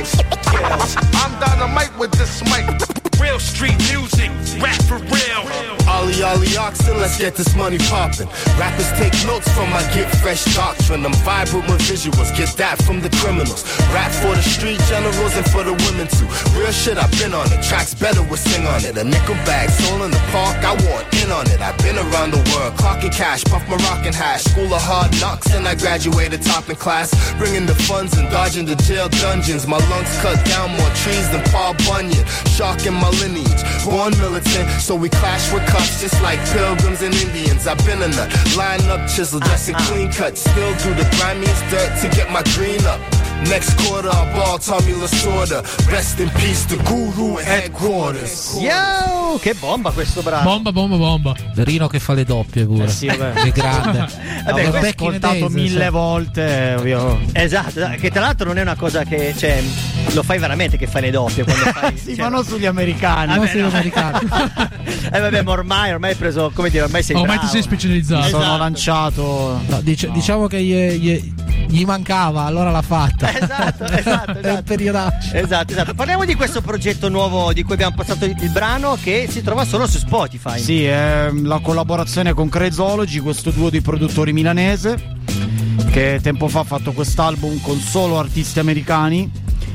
Speaker 17: I'm dynamite with this mic.
Speaker 12: Real street music, rap for real.
Speaker 18: Ollie oxen, let's get this money poppin'. Rappers take notes from my get fresh doctrine. I'm vibrant with visuals, get that from the criminals. Rap for the street generals and for the women too. Real shit, I've been on it. Tracks better with sing on it. A nickel bag, soul in the park, I want in on it. I've been around the world, clocking cash, puff Moroccan hash. School of hard knocks and I graduated top in class. Bringing the funds and dodging the jail dungeons. My lungs cut down more trees than Paul Bunyan. Shark in my lineage, born militant, so we clash with cuffs just like pilgrims and Indians. I've been a nut, line up, chisel, dressing clean cut. Still do the grimiest dirt to get my green up. Next quarter, I'll ball Tommy Lasorda. Rest in peace, the guru headquarters.
Speaker 5: Yo, che bomba questo brano.
Speaker 10: Bomba.
Speaker 9: Verino che fa le doppie pure.
Speaker 14: Sì, vabbè.
Speaker 9: Che grande.
Speaker 14: Vabbè, l'ho ascoltato 1000 volte. Ovvio.
Speaker 5: Esatto, che tra l'altro non è una cosa che, cioè, lo fai veramente che fai le doppie quando fai,
Speaker 14: sì,
Speaker 5: cioè,
Speaker 14: ma non sugli americani.
Speaker 5: Vabbè, sugli americani. Vabbè, ma ormai hai preso, come dire, ormai sei
Speaker 10: ormai
Speaker 5: bravo.
Speaker 10: ti sei specializzato.
Speaker 14: Mi sono
Speaker 5: Esatto.
Speaker 14: lanciato.
Speaker 9: No, diciamo che gli mancava, allora l'ha fatta.
Speaker 5: Esatto.
Speaker 9: È un periodaccio.
Speaker 5: Esatto. Parliamo di questo progetto nuovo di cui abbiamo passato il brano, che si trova solo su Spotify.
Speaker 14: Sì, è la collaborazione con Crazology, questo duo di produttori milanese che tempo fa ha fatto quest'album con solo artisti americani.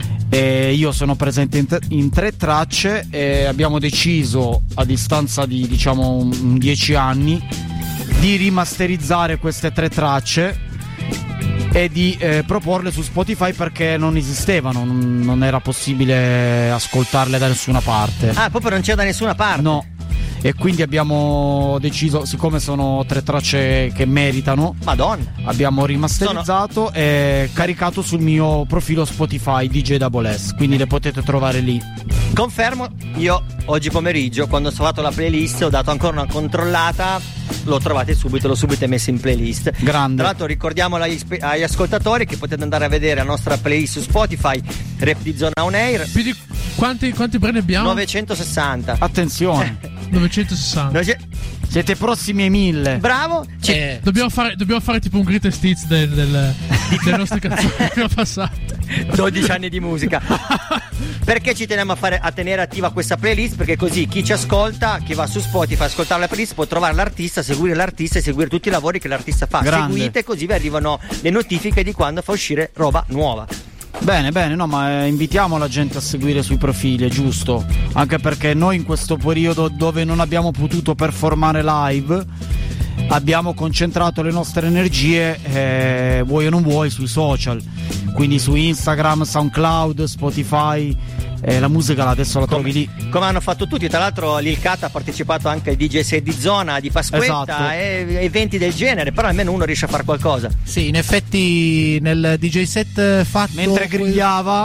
Speaker 14: E io sono presente in 3 tracce e abbiamo deciso, a distanza di 10 anni, di rimasterizzare queste 3 tracce e di proporle su Spotify perché non esistevano, non era possibile ascoltarle da nessuna parte.
Speaker 5: Ah, proprio non c'è da nessuna parte?
Speaker 14: No. e quindi abbiamo deciso, siccome sono 3 tracce che meritano,
Speaker 5: Madonna,
Speaker 14: abbiamo rimasterizzato e caricato sul mio profilo Spotify DJ Double S, quindi le potete trovare lì.
Speaker 5: Confermo, io oggi pomeriggio quando ho fatto la playlist ho dato ancora una controllata, lo trovate subito, l'ho subito messo in playlist.
Speaker 14: Grande.
Speaker 5: Tra l'altro ricordiamo agli ascoltatori che potete andare a vedere la nostra playlist su Spotify, Rap di Zona On Air.
Speaker 10: Quanti brani abbiamo?
Speaker 5: 960.
Speaker 14: Attenzione.
Speaker 10: 960.
Speaker 14: Siete prossimi ai 1000.
Speaker 5: Bravo.
Speaker 10: Dobbiamo fare tipo un greatest hits delle nostre canzoni che abbiamo passato.
Speaker 5: 12 anni di musica. Perché ci teniamo a tenere attiva questa playlist? Perché così chi ci ascolta, chi va su Spotify a ascoltare la playlist, può trovare l'artista, seguire l'artista e seguire tutti i lavori che l'artista fa.
Speaker 14: Grande.
Speaker 5: Seguite, così vi arrivano le notifiche di quando fa uscire roba nuova.
Speaker 14: Bene, no, ma invitiamo la gente a seguire sui profili, è giusto. Anche perché noi in questo periodo dove non abbiamo potuto performare live, abbiamo concentrato le nostre energie, vuoi o non vuoi, sui social. Quindi su Instagram, SoundCloud, Spotify, la musica adesso la trovi lì.
Speaker 5: Come hanno fatto tutti, tra l'altro Lil Cat ha partecipato anche al DJ set di Zona, di Pasquetta,
Speaker 14: esatto.
Speaker 5: E eventi del genere, però almeno uno riesce a fare qualcosa.
Speaker 9: Sì, in effetti nel DJ set fatto
Speaker 14: mentre grigliava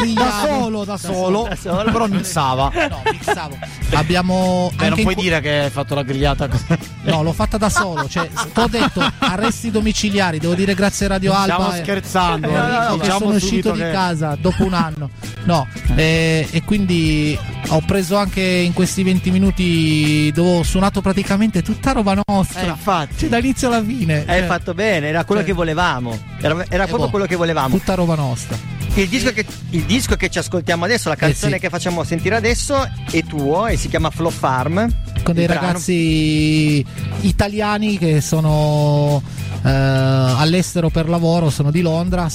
Speaker 14: da solo, però mixava.
Speaker 9: No, mixavo. Abbiamo
Speaker 14: non puoi dire che hai fatto la grigliata così.
Speaker 9: No, l'ho fatta da solo, cioè t'ho detto arresti domiciliari, devo dire grazie a Radio Alba.
Speaker 14: Stiamo scherzando,
Speaker 9: che sono uscito di casa dopo un anno. No, e quindi ho preso anche in questi 20 minuti dove ho suonato praticamente tutta roba nostra.
Speaker 5: Infatti,
Speaker 9: cioè, dall'inizio alla fine.
Speaker 5: Hai fatto bene, era quello che volevamo. Era proprio quello che volevamo.
Speaker 9: Tutta roba nostra.
Speaker 5: Il disco che ci ascoltiamo adesso, la canzone che facciamo sentire adesso è tuo e si chiama Flow Farm.
Speaker 9: Con dei ragazzi italiani che sono all'estero per lavoro, sono di Londra,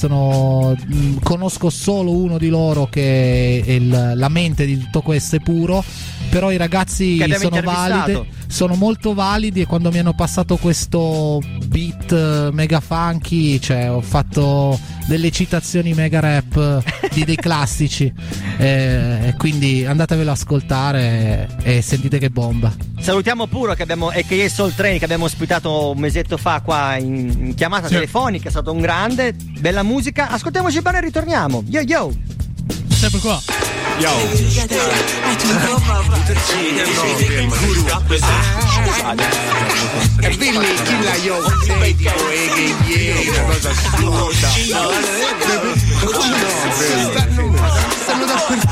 Speaker 9: conosco solo uno di loro che è la mente di tutto questo, è Puro, però i ragazzi sono validi, sono molto validi, e quando mi hanno passato questo beat mega funky, cioè ho fatto delle citazioni mega rap di dei classici, quindi andatevelo ad ascoltare e sentite che bomba.
Speaker 5: Salutiamo Puro che abbiamo, e che è Soul Train, che abbiamo ospitato un mesetto fa qua in chiamata telefonica, è stato un grande, bella musica. Ascoltiamoci il brano e ritorniamo. Yo
Speaker 10: sempre qua.
Speaker 6: Yo. E Billy Killa yo, stanno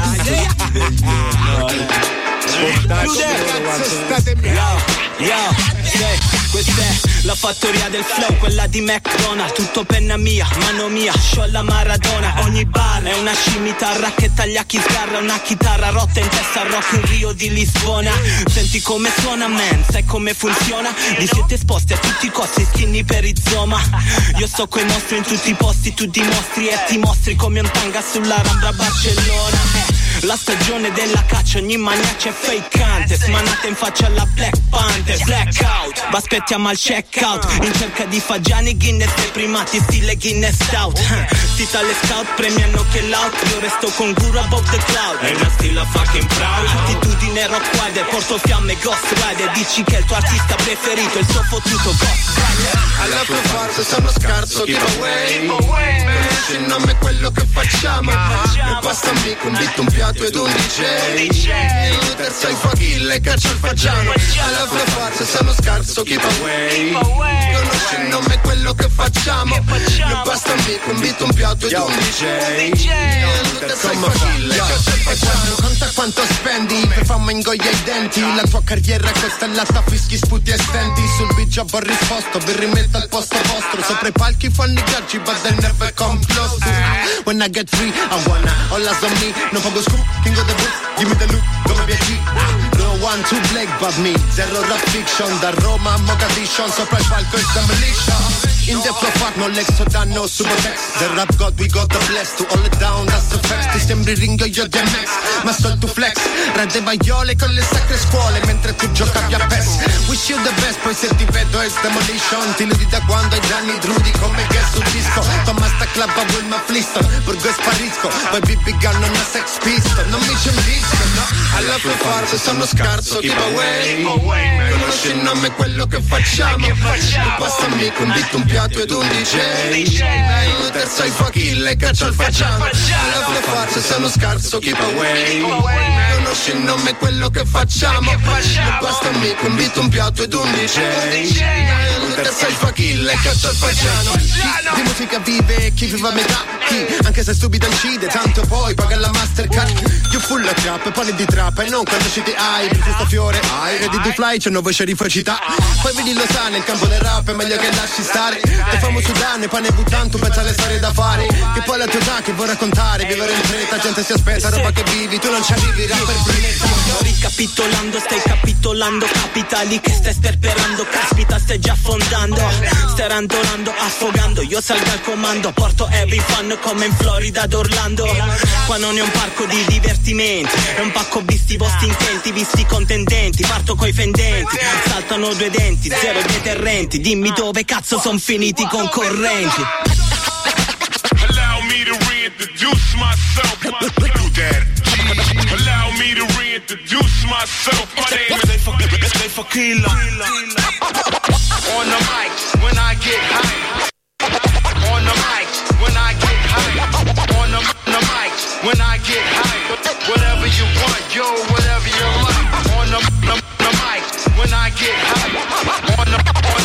Speaker 20: questa è la fattoria del flow, quella di McDonald's, tutto penna mia, mano mia, scioglia Maradona. Ogni bar è una scimitarra che taglia chi sgarra, una chitarra rotta in testa al rock in Rio di Lisbona. Senti come suona, man, sai come funziona? Vi siete esposti a tutti i costi, skinny per Izoma. Io sto coi mostri in tutti i posti, tu dimostri e ti mostri come un tanga sulla Rambla Barcellona. La stagione della caccia, ogni maniacia è fakeante, smanate in faccia alla Black Panther. Blackout, ma aspettiamo al checkout, in cerca di fagiani, Guinness dei primati, stile Guinness Stout. Tita le scout, premiano che l'out, io resto con Guru above the cloud. E una stilla fucking proud, attitudine rock rider, porto fiamme Ghost Rider. Dici che è il tuo artista preferito, il suo fottuto Ghost Rider.
Speaker 6: Alla tua parte sono scarso, giveaway, conosci il nome, quello che facciamo. E basta un beat, un piatto ed un DJ. Il terzo i fuochi, le caccia il facciamo. Alla tua parte sono scarso, giveaway, conosci il nome, quello che facciamo. E basta un beat, un piatto ed un DJ. Il terzo i fuochi, le caccia il facciamo. Conta quanto spendi per fama, ingoia i denti. La tua carriera è costellata, fischi, sputi e stenti. Sul beat già ho risposto, vi rimetto al posto vostro. Sopra i palchi fanno i gaggi, but they never come close to. When I get free, I wanna all eyes on me. No pago scoop, king of the books, give me the look, come BG. No one to blake but me, zero rap fiction. Da Roma a Mogadiscio, sopra il palco is demolition. In the flow fuck, no legs, so done, no subotex. The rap god, we got the bless. To all it down, that's the facts. Ti sembri Ringo, io DMX, ma sol tu flex. Rende maiole con le sacre scuole, mentre tu giocavi a PES. Wish you the best, poi se ti vedo è demolition. Ti ludi da quando hai già anni drudi, come che sul disco. Toma sta
Speaker 18: club with my Flintstone, Burgo e sparisco, poi BB Gun non ha sex pistol, non mi c'è visto, no. Alla più forte sono scarso, give away. Conosci il nome, quello che facciamo. Tu passami con dito un piatto ed un DJ. Un terzo ai fuochi, le caccia al facciamo. Alla più forte sono scarso, give away. Conosci il nome, quello che facciamo. Tu passami con dito un piatto ed un DJ. Un terzo ai fuochi, le caccia al facciamo. Di musica vive chi vive a metà. Anche se subito incide, tanto poi paga la Mastercard. Io full la trap, pane di trappa e non quando ci ti hai. Per questo fiore hai, ready to fly, c'è nuovo sceriffo e città. Poi vedi lo sa, nel campo del rap è meglio che lasci stare. Te famo sudano e pane buttando, pensa alle storie da fare. Che poi la tua età che vuoi raccontare. Vivere in fretta, gente si aspetta, roba che vivi, tu non ci arrivi, rapper brilletta.
Speaker 20: Sto ricapitolando, stai capitolando, capitali che stai sperperando, caspita stai già affondando, stai randolando, affogando, io salgo al comando, porto every fun come in Florida ad Orlando. Qua non è un parco di divertimenti, è un pacco visti i vostri intenti, visti contendenti, parto coi fendenti, saltano due denti, zero deterrenti, dimmi dove cazzo son finiti i concorrenti.
Speaker 2: Allow me to reintroduce myself. Do that. Allow me to reintroduce myself. My name is
Speaker 20: Fakila.
Speaker 2: On the mic when I get high. On the mic when I get high. On the mic when I get high. Whatever you want, yo, whatever you like. On the mic when I get high. On the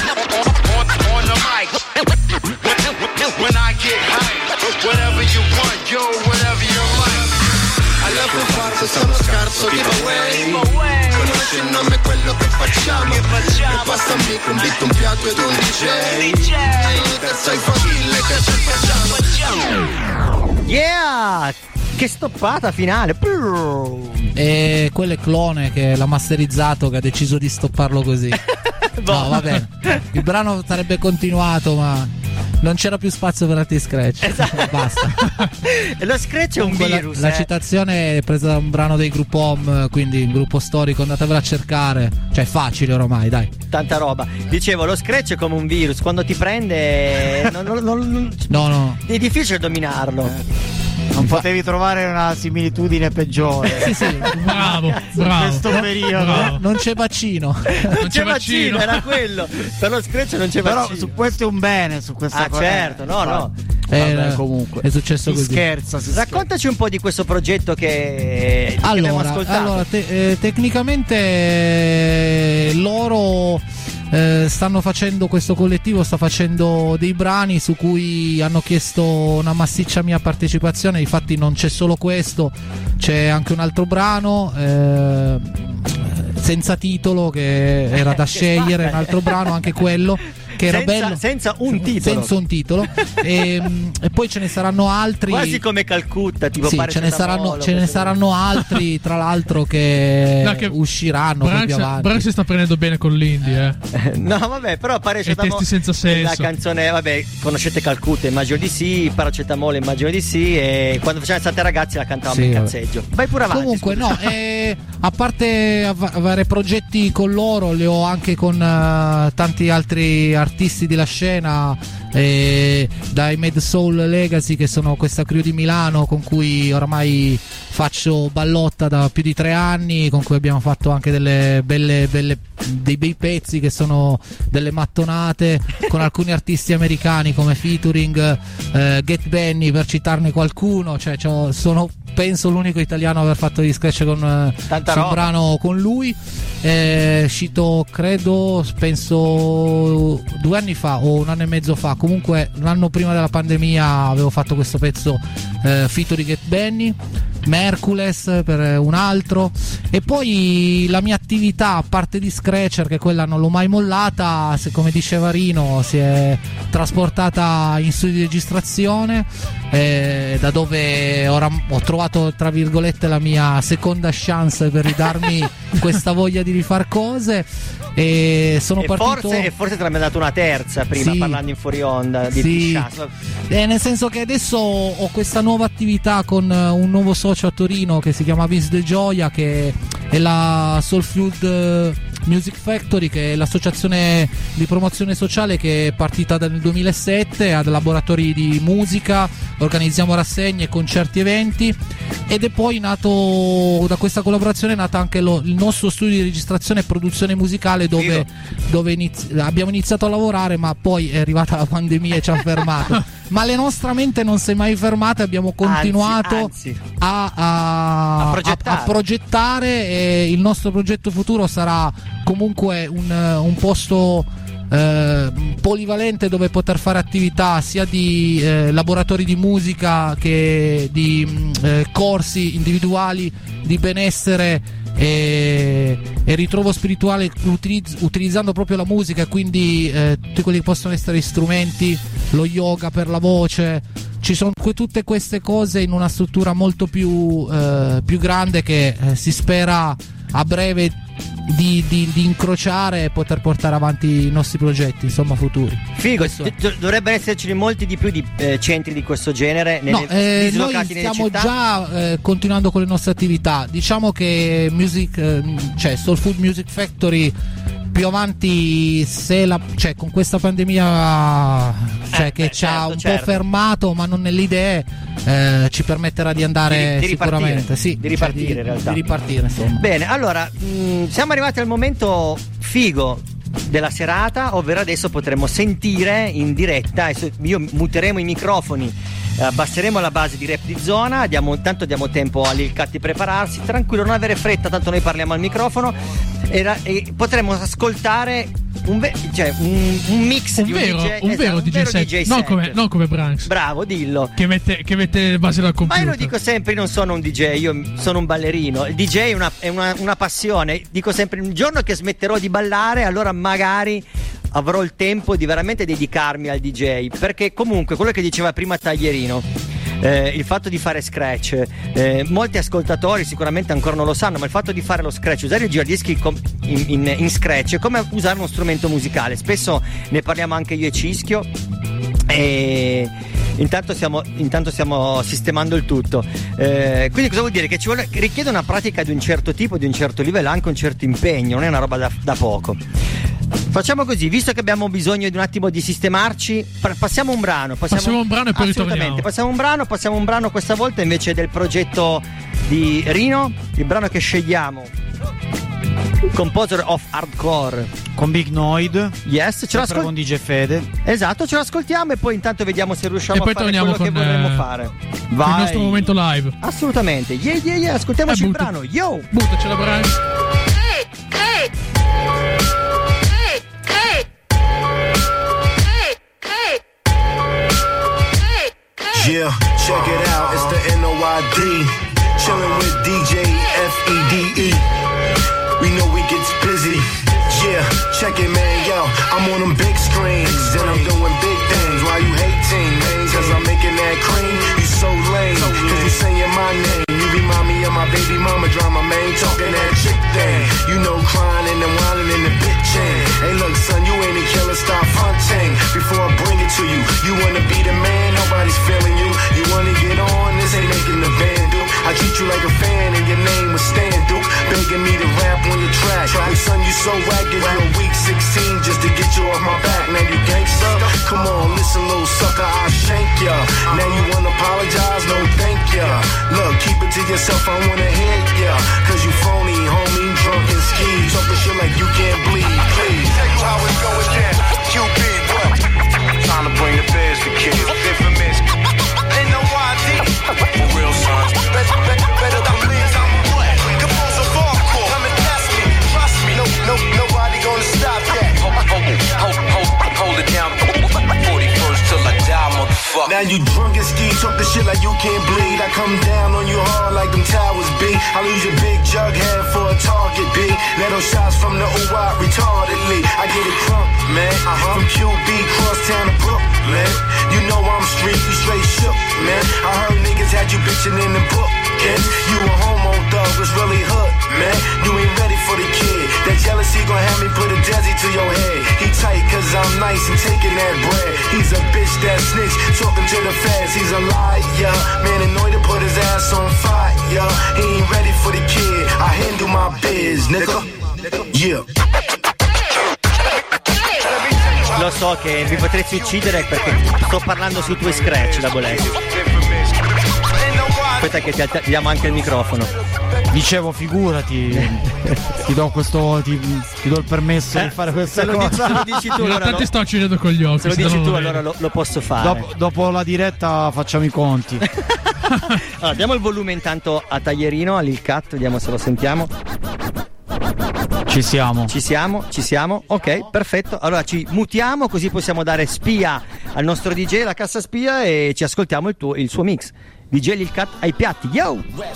Speaker 2: mic when I get high. Whatever you want, yo, whatever you like.
Speaker 18: Alla più forte sono scarso, give away. Conosci il nome, quello che facciamo. E passami con dito un piatto ed un DJ. Un terzo ai fuochi, le caccia facciamo.
Speaker 5: Yeah! Che stoppata finale!
Speaker 9: E quello è Clone che l'ha masterizzato, che ha deciso di stopparlo così. No, va bene. Il brano sarebbe continuato, ma non c'era più spazio per altri scratch.
Speaker 5: Esatto.
Speaker 9: Basta.
Speaker 5: E lo scratch è un virus.
Speaker 9: La citazione è presa da un brano dei Group Home, quindi un gruppo storico, andatevela a cercare. Cioè, è facile ormai, dai.
Speaker 5: Tanta roba. Dicevo, lo scratch è come un virus, quando ti prende
Speaker 9: no.
Speaker 5: È difficile dominarlo.
Speaker 14: Non potevi trovare una similitudine peggiore.
Speaker 9: Sì,
Speaker 10: bravo.
Speaker 14: In questo periodo.
Speaker 10: Bravo.
Speaker 9: Non c'è vaccino.
Speaker 5: Non c'è vaccino, era quello. Per lo scratch non c'è vaccino.
Speaker 14: Però su questo è un bene, su questa cosa.
Speaker 5: Certo, no.
Speaker 14: Vabbè, comunque
Speaker 9: è successo così.
Speaker 14: Scherza.
Speaker 5: Raccontaci un po' di questo progetto che abbiamo ascoltato.
Speaker 9: Tecnicamente loro stanno facendo, questo collettivo sta facendo dei brani su cui hanno chiesto una massiccia mia partecipazione. Infatti non c'è solo questo, c'è anche un altro brano senza titolo che era da scegliere, un altro brano anche quello che era bello
Speaker 5: senza un titolo.
Speaker 9: E poi ce ne saranno altri,
Speaker 5: quasi come Calcutta, tipo
Speaker 9: sì, ce ne saranno altri tra l'altro che usciranno più avanti.
Speaker 10: Branch si sta prendendo bene con l'indie
Speaker 5: no vabbè, però paracetamolo,
Speaker 10: testi senza senso.
Speaker 5: La canzone, vabbè, conoscete Calcutta, immagino di sì, Paracetamolo immagino di sì, e quando facevamo State Ragazzi la cantavamo in cazzeggio. Vai pure avanti.
Speaker 9: Comunque no, a parte avere progetti con loro, li ho anche con tanti altri artisti della scena, dai Mad Soul Legacy, che sono questa crew di Milano con cui oramai faccio ballotta da più di 3 anni, con cui abbiamo fatto anche dei bei pezzi che sono delle mattonate con alcuni artisti americani come featuring Get Benny, per citarne qualcuno. Cioè sono penso l'unico italiano a aver fatto gli scratch con un brano con lui. Uscito penso 2 anni fa o 1 anno e mezzo fa, comunque l'anno prima della pandemia avevo fatto questo pezzo featuring Get Benny, Mercules per un altro, e poi la mia attività, a parte di scratcher, che quella non l'ho mai mollata, se come diceva Rino si è trasportata in studio di registrazione, da dove ora ho trovato tra virgolette la mia seconda chance per ridarmi questa voglia di rifar cose, e sono partito
Speaker 5: forse te l'ha dato una terza prima, parlando in fuori onda di
Speaker 9: nel senso che adesso ho questa nuova attività con un nuovo socio a Torino che si chiama Vince De Gioia, che è la Soul Food Music Factory, che è l'associazione di promozione sociale che è partita nel 2007, ha laboratori di musica, organizziamo rassegne, concerti, eventi, ed è poi nato, da questa collaborazione è nata anche il nostro studio di registrazione e produzione musicale dove abbiamo iniziato a lavorare, ma poi è arrivata la pandemia e ci ha fermato. Ma la nostra mente non si è mai fermata, abbiamo continuato a progettare, e il nostro progetto futuro sarà comunque un posto polivalente dove poter fare attività sia di laboratori di musica che di corsi individuali di benessere e ritrovo spirituale, utilizzando proprio la musica, quindi tutti quelli che possono essere strumenti, lo yoga per la voce. Ci sono tutte queste cose in una struttura molto più grande che si spera a breve di incrociare e poter portare avanti i nostri progetti, insomma, futuri.
Speaker 5: Figo, dovrebbero esserci molti di più di centri di questo genere dislocati nelle città. Noi stiamo
Speaker 9: già continuando con le nostre attività. Diciamo che Soul Food Music Factory più avanti, con questa pandemia che ci ha un po' fermato, ma non nelle idee, ci permetterà di andare sicuramente
Speaker 5: di ripartire in realtà.
Speaker 9: Di ripartire, insomma.
Speaker 5: Bene, allora siamo arrivati al momento figo della serata, ovvero adesso potremo sentire in diretta, io muteremo i microfoni, abbasseremo la base di Rap di Zona, tanto diamo tempo a Lil Cat di prepararsi, tranquillo, non avere fretta, tanto noi parliamo al microfono e potremo ascoltare un mix di un vero DJ set.
Speaker 10: Non come Branks.
Speaker 5: Bravo, dillo.
Speaker 10: Che mette le basi dal computer.
Speaker 5: Ma io lo dico sempre, io non sono un DJ, io sono un ballerino. Il DJ è una passione. Dico sempre, un giorno che smetterò di ballare, allora magari avrò il tempo di veramente dedicarmi al DJ, perché comunque quello che diceva prima Taglierino, il fatto di fare scratch, molti ascoltatori sicuramente ancora non lo sanno, ma il fatto di fare lo scratch, usare i giradischi in scratch è come usare uno strumento musicale. Spesso ne parliamo anche io e Cischio, e intanto stiamo sistemando il tutto, quindi cosa vuol dire? Che richiede una pratica di un certo tipo, di un certo livello, anche un certo impegno, non è una roba da poco. Facciamo così, visto che abbiamo bisogno di un attimo di sistemarci, passiamo un brano.
Speaker 10: Passiamo un brano e poi ritorniamo.
Speaker 5: Passiamo un brano questa volta invece del progetto di Rino, il brano che scegliamo, Composer of Hardcore,
Speaker 14: con Big Noid.
Speaker 5: Yes,
Speaker 14: con DJ Fede.
Speaker 5: Esatto, ce l'ascoltiamo e poi intanto vediamo se riusciamo a fare quello che vorremmo fare.
Speaker 10: Vai. Il nostro momento live.
Speaker 5: Assolutamente. Yeah, ascoltiamoci il brano. Yo!
Speaker 10: Buttacela, Brian.
Speaker 18: Yeah, check it out, it's the NOID. Chillin' with DJ FEDE. We know we gets busy. Yeah, check it, man, yo. I'm on them big screens, and I'm doing big things. Why you hating, man? Cause I'm making that cream. You so lame, cause you saying my name. You remind me of my baby mama drama, man. Talking that chick thing. You know, crying and then whining in the bitchin'. Hey, look, son, you ain't a killer, stop fronting. Before I bring it to you, you wanna be the man, nobody's feeling you. You wanna get on, this ain't making the band, dude. I treat you like a fan and your name was Stan, dude. Begging me to rap on your track. Hey, son, you so wack, give you a week 16 just to get you off my back. Now you gangsta? Come on, listen, little sucker, I'll shank ya. Now you wanna apologize? No, thank ya. Look, keep it to yourself, I wanna hear ya. Cause you phony, homie, drunk and ski. Talking shit like you can't bleed, please.
Speaker 2: Tell you how it's going, yeah. QB, what? Time to bring the biz to kids. Infamous. NOID. For real, son. Better believe I'm black. Composer of hardcore. Come and test me. Trust me. Nobody gonna stop that. Hold it down. 41st till I die, motherfucker.
Speaker 18: Now you drunk and ski, talk the shit like you can't bleed. I come down on you hard like them towers be. I lose your big jug head for a target B. Let those shots from the OY retardedly. I get it crunk, man. From QB crosstown to Brooklyn. You know I'm street, you straight shook, man. I heard niggas had you bitching in the book. You a homo thug, was really hood, man. You ain't ready for the kid. That jealousy gon' have me put a desi to your head. He tight cause I'm nice and taking that bread. He's a bitch that snitch, talking to the feds. He's a liar, man, annoyed to put his ass on fire. He ain't ready for the kid, I handle my biz, nigga. Yeah.
Speaker 5: Lo so che vi potresti uccidere perché sto parlando sui tuoi scratch, la Bolessi. Aspetta che ti diamo anche il microfono.
Speaker 14: Dicevo, figurati, ti do il permesso di fare questa cosa.
Speaker 5: Se lo dici tu, allora
Speaker 10: ti sto uccidendo con gli occhi.
Speaker 5: Se lo dici tu, allora lo posso fare.
Speaker 14: Dopo la diretta facciamo i conti.
Speaker 5: Allora, diamo il volume intanto a Taglierino, a Lil Cat, vediamo se lo sentiamo.
Speaker 14: Ci siamo. Ok, perfetto. Allora ci mutiamo così possiamo dare spia al nostro DJ, la cassa spia, e ci ascoltiamo il suo mix. DJ Lil Cat ai piatti, yo!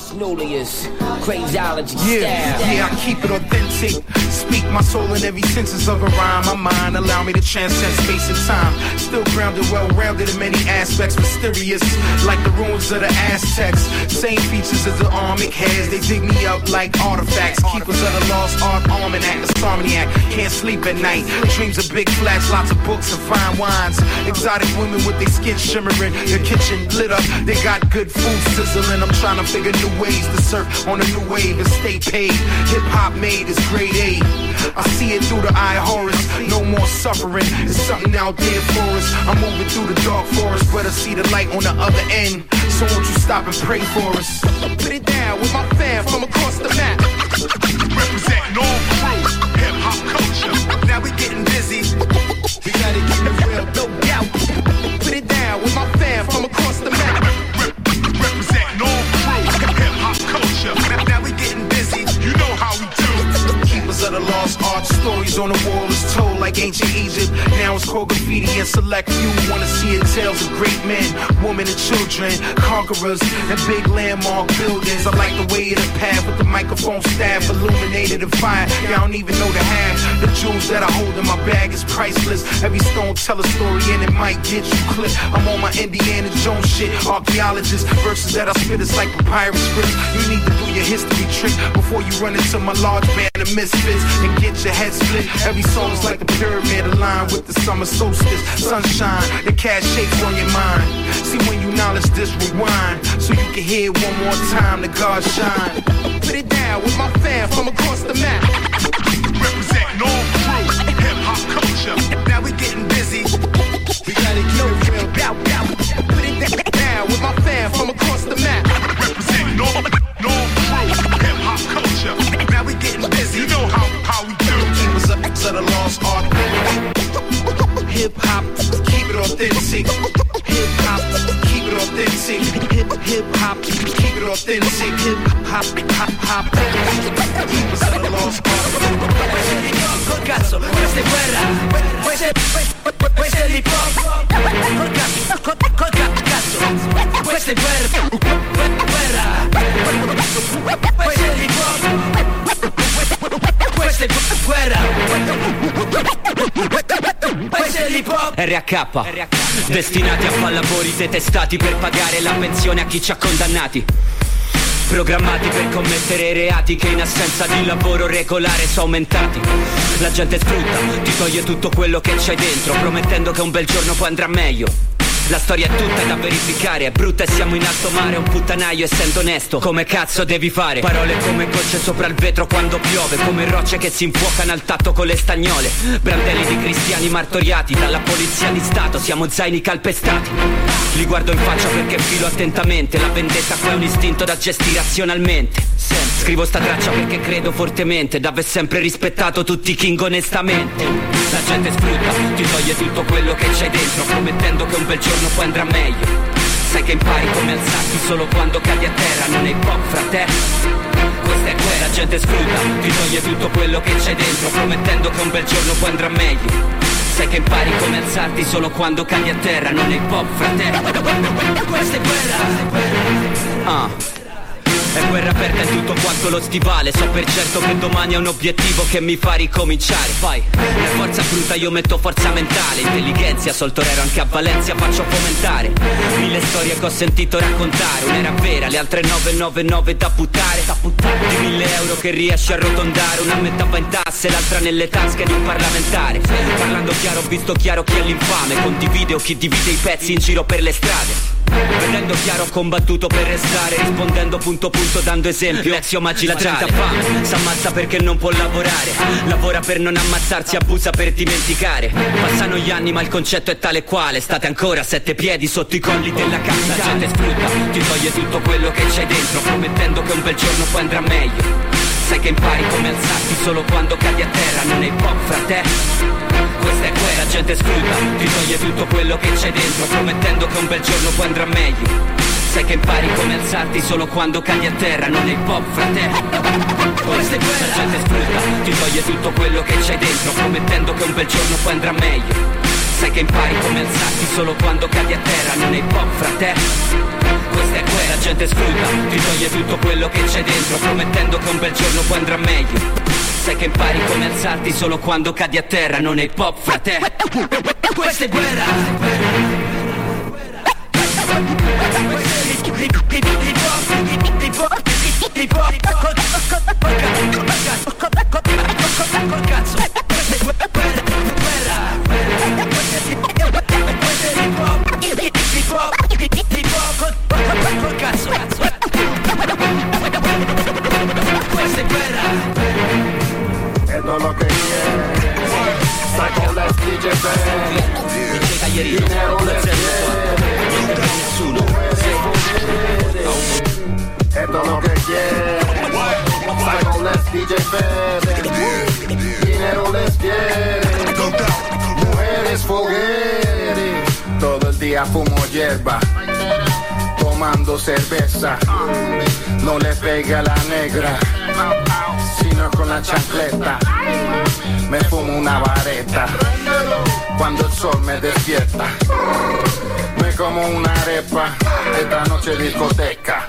Speaker 6: Yeah, I keep it authentic. Speak my soul in every sentence of a rhyme. My mind allow me to transcend space and time. Still grounded, well-rounded in many aspects. Mysterious, like the ruins of the Aztecs. Same features as the Armic has. They dig me up like artifacts. Keepers of the lost art almanac, the Starmaniac. Can't sleep at night. Dreams of big flats, lots of books and fine wines. Exotic women with their skin shimmering. Your kitchen lit up. They got good food sizzling. I'm trying to figure new ways to surf on a new wave and stay paid. Hip hop made is grade A. I see it through the eye of Horus. No more suffering. There's something out there for us. I'm moving through the dark forest, but I see the light on the other end. So won't you stop and pray for us? Put it down with my fam from across the map. Representing all crew, hip hop culture. Now we getting busy. We gotta keep it real, no doubt. Put it down with my fam from across the map. Representing all crew, hip hop culture. Now we getting busy. You know how we do. Keepers of the lost art, stories on the wall is told like ancient Egypt. Now it's called graffiti and select few wanna see it. Tales of great men, women and children, conquerors and big landmark buildings. I like the way of the path with the microphone staff illuminated and fire. Y'all don't even know the half. The jewels that I hold in my bag is priceless. Every stone tell a story and it might get you clipped. I'm on my Indiana Jones shit. Archaeologist verses that I spit is like papyrus scripts. You need to do your history trick before you run into my large band of misfits and get your head split. Every song is like a pyramid aligned with the summer solstice. Sunshine, the cash shakes on your mind. See when you knowledge this, rewind so you can hear it one more time. The God shine. Put it down with my fam from across the map. Representing all crew, hip hop culture. Now we getting busy. We gotta keep it real. Put it down with my fam from across the map. Representing all crew, hip hop culture. Now we getting busy. You know how we do. Keepers of the lost art. Hip hop, keep it authentic. Hip hop, keep it authentic. Hip hop, keep it authentic. Hip hop, hop. Keepers of the lost art.
Speaker 8: Col cazzo, questa è guerra. Questo è l'hip hop. Col cazzo, questa è guerra. Questo è l'hip hop. Questa è guerra. Questo è l'hip hop.
Speaker 21: RH, destinati a pallavoli detestati per pagare la pensione a chi ci ha condannati. Programmati per commettere reati che in assenza di lavoro regolare sono aumentati. La gente sfrutta, ti toglie tutto quello che c'hai dentro, promettendo che un bel giorno poi andrà meglio. La storia è tutta da verificare, è brutta e siamo in alto mare. Un puttanaio essendo onesto, come cazzo devi fare? Parole come gocce sopra il vetro quando piove, come rocce che si infuocano al tatto con le stagnole. Brandelli di cristiani martoriati dalla polizia di stato, siamo zaini calpestati. Li guardo in faccia perché filo attentamente, la vendetta qua è un istinto da gestire razionalmente. Scrivo sta traccia perché credo fortemente d'aver sempre rispettato tutti i king onestamente. La gente sfrutta, ti toglie tutto quello che c'hai dentro, promettendo che un bel giorno poi andrà meglio. Sai che impari come alzarti solo quando cadi a terra, non è hip hop fratello. Questa è quella, la gente sfrutta, ti toglie tutto quello che c'hai dentro, promettendo che un bel giorno poi andrà meglio. Sai che impari come alzarti solo quando cadi a terra, non è hip hop fratello.
Speaker 8: Questa è guerra.
Speaker 21: È guerra aperta in tutto quanto lo stivale. So per certo che domani è un obiettivo che mi fa ricominciare. Poi, per forza bruta io metto forza mentale, intelligenza, sol torero anche a Valencia faccio fomentare. 1000 storie che ho sentito raccontare, un'era vera, le altre 999 da buttare. Di 1000 euro che riesci a arrotondare, una metà va in tasse, l'altra nelle tasche di un parlamentare. Parlando chiaro ho visto chiaro chi è l'infame, condivide o chi divide i pezzi in giro per le strade. Vedendo chiaro ho combattuto per restare, rispondendo punto punto dando esempio. Lezio magistrale. La gente ha fame, s'ammazza perché non può lavorare, lavora per non ammazzarsi, abusa per dimenticare. Passano gli anni ma il concetto è tale quale. State ancora a 7 piedi sotto i colli della capitale. La gente sfrutta, ti toglie tutto quello che c'hai dentro, promettendo che un bel giorno poi andrà meglio. Sai che impari come alzarti solo quando cadi a terra, non è hip hop, frate. Questa è quella, la gente sfrutta, ti toglie tutto quello che c'hai dentro, promettendo che un bel giorno poi andrà meglio. Sai che impari come alzarti solo quando cadi a terra, non è hip hop, frate. Questa è quella, la gente sfrutta, ti toglie tutto quello che c'hai dentro, promettendo che un bel giorno poi andrà meglio. Sai che impari come alzarti solo quando cadi a terra, non è hip hop, frate. Questa è quella, la gente sfrutta, ti toglie tutto quello che c'hai dentro, promettendo che un bel giorno poi andrà meglio. Sai che impari come alzarti solo quando cadi a terra, non è hip hop, frate. Questa è guerra.
Speaker 17: Esto es lo que quieres. Psycho Let's DJ Bang. Dinero les quiere. Esto es lo que quieres. Psycho Let's DJ Bang. Dinero les quiere. Mujeres fogueres. Todo el día fumo hierba, tomando cerveza. No le pega a la negra, sino con la chancleta. Me fumo una vareta cuando el sol me despierta. Me como una arepa, esta noche discoteca.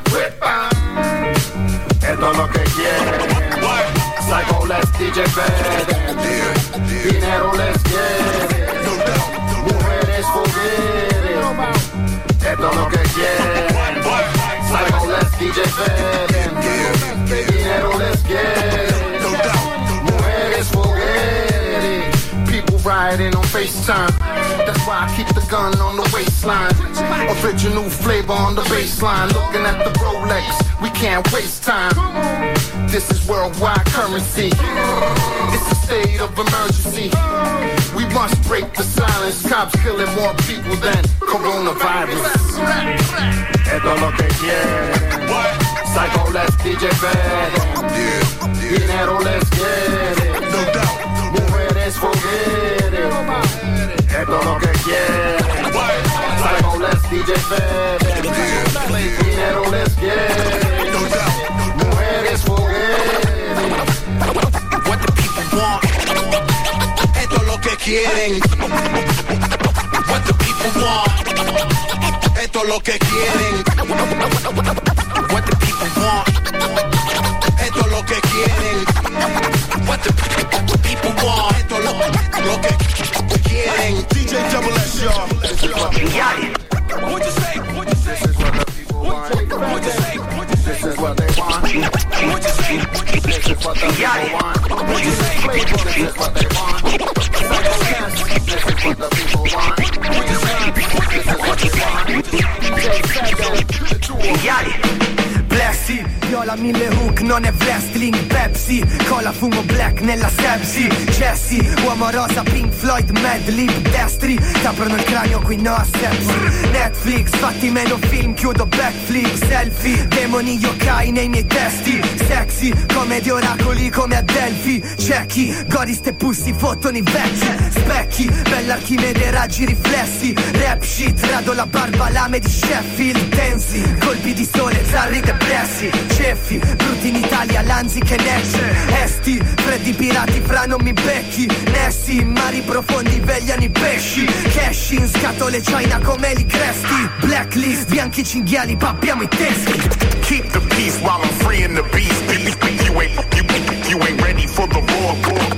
Speaker 17: Esto es lo que quiere. Psycho Let's DJ Bang. Dinero les quiere. Mujeres fogueres. Esto es lo que quiere. Psycho Let's DJ Bang. Dinero les quiere. Mujeres fogueres. People riding on FaceTime. That's why I keep the gun on the waistline. Original flavor on the baseline. Looking at the Rolex, we can't waste time. This is worldwide currency. It's a state of emergency. We must break the silence. Cops killing more people than coronavirus. Esto es lo que quiere. Psycho Let's DJ Bang. Dinero les quiere. Mujeres fogueres. Esto es lo que quiere. Psycho Let's DJ Bang. Dinero les quiere. Mujeres fogueres.
Speaker 18: What the people want. Esto es lo que quieren. What the people want. Esto es lo que quieren. What the people want. Esto es lo que quieren. What the people want. Esto es lo que quieren. DJ Double S, y'all. What you say? What you say?
Speaker 17: This is what the people want. What you say? This is what they want. What you say? This is what the people want. What you say? This is what they want. This is what the people want. What you say? This is what you want.
Speaker 1: Blessy, viola 1000 hook, non è wrestling. Pepsi, cola fumo black nella sepsi. Jesse, uomo rosa, Pink Floyd, Mad Lib, destri t'aprono il cranio, qui no a sepsi. Netflix, fatti meno film, chiudo backflip. Selfie, demoni yokai nei miei testi. Sexy, come di oracoli, come a Delphi. Ciechi, Goris e pussi, fottono i vecchi. Specchi, bella Archimede, raggi riflessi. Rap shit, rado la barba, lame di Sheffield. Tensi, colpi di sole, zarri depressi. Ceffi, brutti in Italia, Lanzi che nesce. Esti, freddi pirati, fra non mi becchi. Nessi, mari profondi, vegliano i pesci. Cash in scatole China come li cresti. Blacklist, bianchi cinghiali, pappiamo i teschi.
Speaker 17: Keep the peace while I'm freeing the beast. You ain't ready for the raw.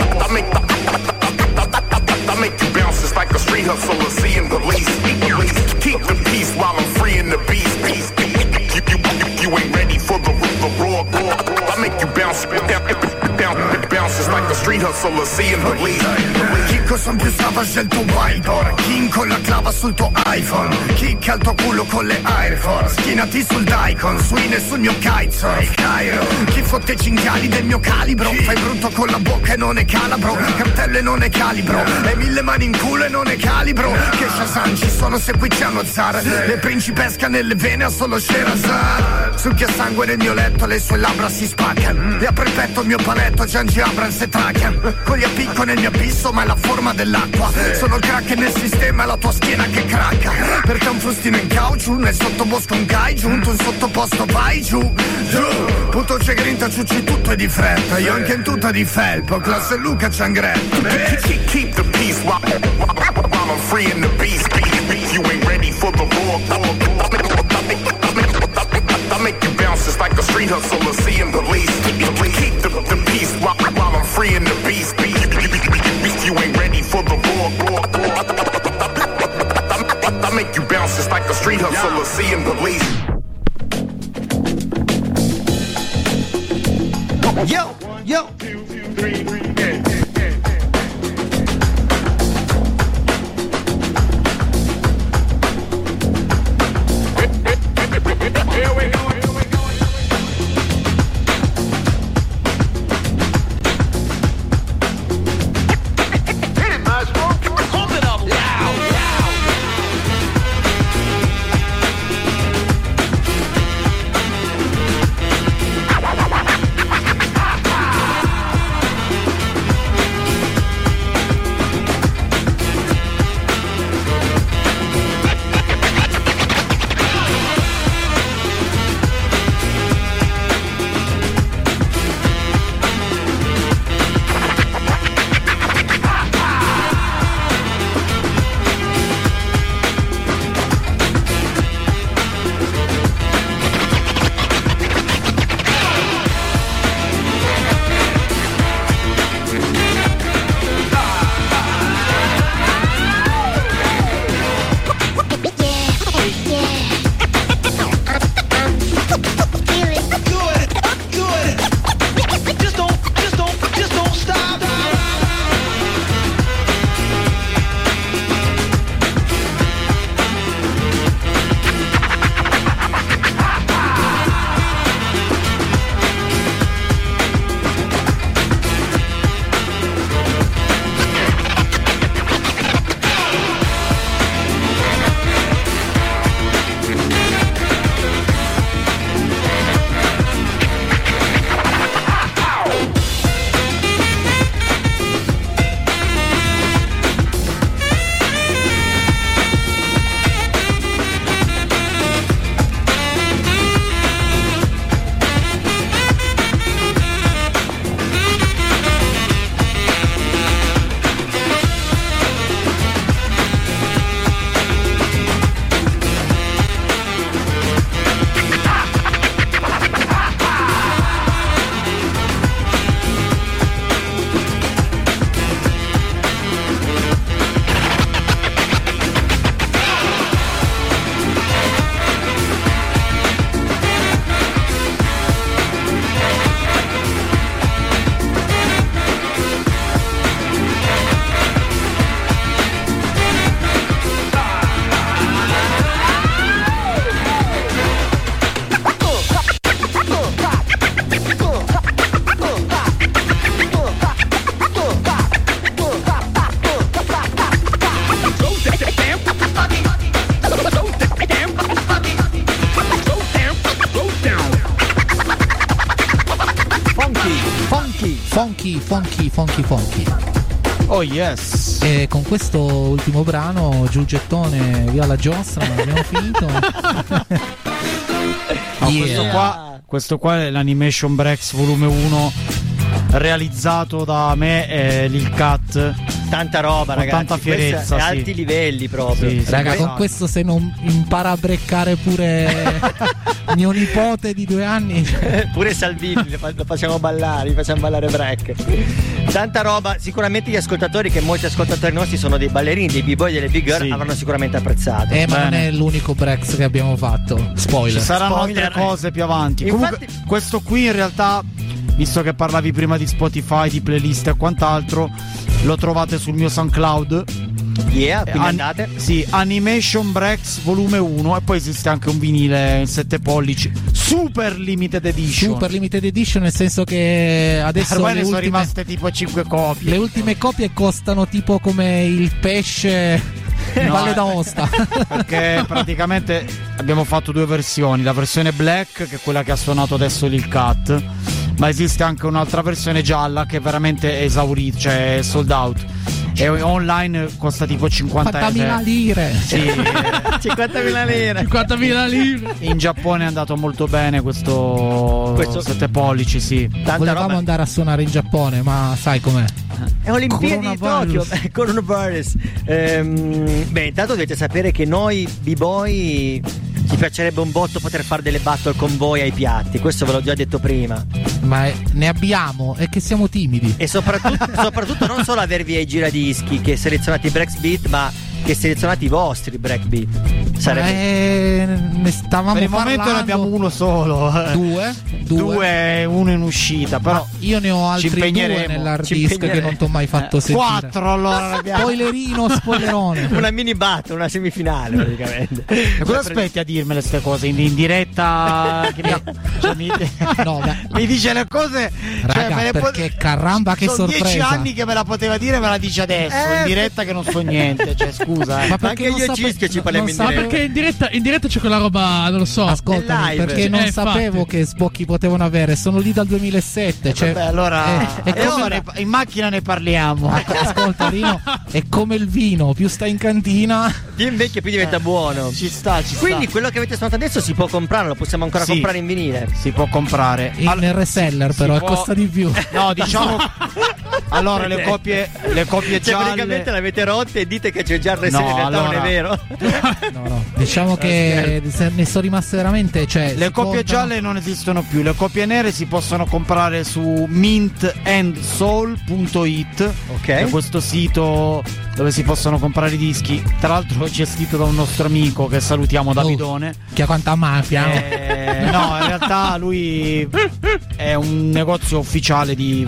Speaker 17: I make you bounce just like a street hustler seeing the least. Keep the peace while I'm freeing the beast. You ain't ready for the raw. I make you bounce just like a street hustler seeing the least. Keep
Speaker 1: Dico son più savage del tuo whiteboard. King con la clava sul tuo iPhone. Kick al tuo culo con le Air Force. Chinati sul Daikon, swing e sul mio kitesurf. Cairo, chi fotte cinghiali del mio calibro. Fai brutto con la bocca e non è calabro. Cartelle non è calibro. E 1000 mani in culo e non è calibro. Che Shazam ci sono se qui c'è uno zar. Le principesca nelle vene ha solo Sherazade. Succhia sangue nel mio letto, le sue labbra si spaccano. Le apre il petto il mio paletto, Giangi Abrams e Trakan. Con gli appicco nel mio abisso, ma è la forma dell'acqua. Sono crack nel sistema, è la tua schiena che cracca. Perché un frustino in caucciù, nel sottobosco un kaiju. Un sottoposto vai giù, giù. Puto c'è grinta, ciucci tutto è di fretta. Io anche in tutta di felpo, classe Luca Ciangretta.
Speaker 17: Keep the peace while I'm free in the beast. You ain't ready for the raw. I make you bounce just like a street hustler seeing the least. Keep the peace while I'm free in the beast. You ain't ready for the raw. I make you bounce just like a street hustler seeing the least.
Speaker 1: Yo, yo.
Speaker 17: 1, 2, 3, 4. Here we go.
Speaker 9: Funky.
Speaker 14: Oh yes.
Speaker 9: E con questo ultimo brano, giù il gettone, via la giostra, abbiamo finito.
Speaker 14: Questo qua è l'Animation Breaks volume 1, realizzato da me e Lil Cat.
Speaker 5: Tanta roba,
Speaker 14: con
Speaker 5: ragazzi,
Speaker 14: tanta fierezza, sì.
Speaker 5: alti livelli proprio.
Speaker 14: Sì,
Speaker 9: raga, con questo se non impara a breccare pure mio nipote di 2 anni,
Speaker 5: pure Salvini lo facciamo ballare, break. Tanta roba. Sicuramente gli ascoltatori, che molti ascoltatori nostri sono dei ballerini, dei b-boy, delle big girl, avranno sicuramente apprezzato.
Speaker 9: Ma non è l'unico breaks che abbiamo fatto. Spoiler.
Speaker 14: Ci saranno altre cose più avanti. Infatti, comunque, questo qui in realtà visto che parlavi prima di Spotify, di playlist e quant'altro, lo trovate sul mio SoundCloud.
Speaker 5: Yeah, quindi andate.
Speaker 14: Sì, Animation Breaks volume 1. E poi esiste anche un vinile in 7 pollici Super Limited Edition.
Speaker 9: Super Limited Edition, nel senso che adesso
Speaker 14: ormai ne sono rimaste tipo 5 copie.
Speaker 9: Le ultime copie costano tipo come il pesce in Valle d'Aosta.
Speaker 14: Perché praticamente abbiamo fatto 2 versioni. La versione black, che è quella che ha suonato adesso Lil Cat, ma esiste anche un'altra versione gialla che è veramente esaurita, cioè è sold out. E online costa tipo 50.000
Speaker 9: lire.
Speaker 14: Sì.
Speaker 5: 50.000 lire.
Speaker 10: 50.000 lire.
Speaker 14: In Giappone è andato molto bene questo 7 pollici, sì.
Speaker 9: Volevamo andare a suonare in Giappone, ma sai com'è?
Speaker 5: È Olimpiadi di Tokyo. Coronavirus. Beh, intanto dovete sapere che noi B-Boy ci piacerebbe un botto poter fare delle battle con voi ai piatti. Questo ve l'ho già detto prima.
Speaker 9: Ma ne abbiamo, è che siamo timidi.
Speaker 5: E soprattutto non solo avervi ai giradischi che selezionate i breakbeat, ma che selezionate i vostri breakbeat.
Speaker 9: Ne stavamo
Speaker 14: per il
Speaker 9: parlando.
Speaker 14: momento ne abbiamo uno solo. Due, uno in uscita. Però
Speaker 9: io ne ho altri 2 nell'hard disk che non ti ho mai fatto sentire.
Speaker 14: 4 allora.
Speaker 9: Spoilerone.
Speaker 5: Una mini battle, una semifinale praticamente.
Speaker 14: E cosa aspetti a dirmele queste cose in diretta? Mi dice le cose,
Speaker 9: raga, perché caramba che
Speaker 14: sono
Speaker 9: sorpresa.
Speaker 14: 10 anni che me la poteva dire, me la dice adesso in diretta che non so niente, cioè scusa.
Speaker 9: Ma perché
Speaker 5: anche io Cischio ci parliamo in diretta.
Speaker 10: Perché in diretta c'è quella roba, non lo so.
Speaker 9: Ascoltami, perché non sapevo che sbocchi potevano avere. Sono lì dal 2007. Cioè,
Speaker 14: vabbè, allora in macchina ne parliamo.
Speaker 9: Ascolta, Rino, è come il vino, più sta in cantina,
Speaker 5: più invecchia, più diventa buono.
Speaker 14: Ci sta.
Speaker 5: Quindi quello che avete suonato adesso si può comprare, lo possiamo ancora comprare in vinile.
Speaker 14: Si può comprare
Speaker 9: in reseller, però costa di più.
Speaker 14: No, diciamo. Allora le copie gialle
Speaker 5: praticamente l'avete rotte e dite che c'è già il reseller, in realtà non è vero.
Speaker 9: No. Diciamo che ne sono rimaste veramente, cioè,
Speaker 14: le copie gialle non esistono più, le copie nere si possono comprare su mintandsoul.it, che è questo sito dove si possono comprare i dischi, tra l'altro gestito da un nostro amico che salutiamo, Davidone,
Speaker 9: che ha quanta mafia.
Speaker 14: No, in realtà lui è un negozio ufficiale di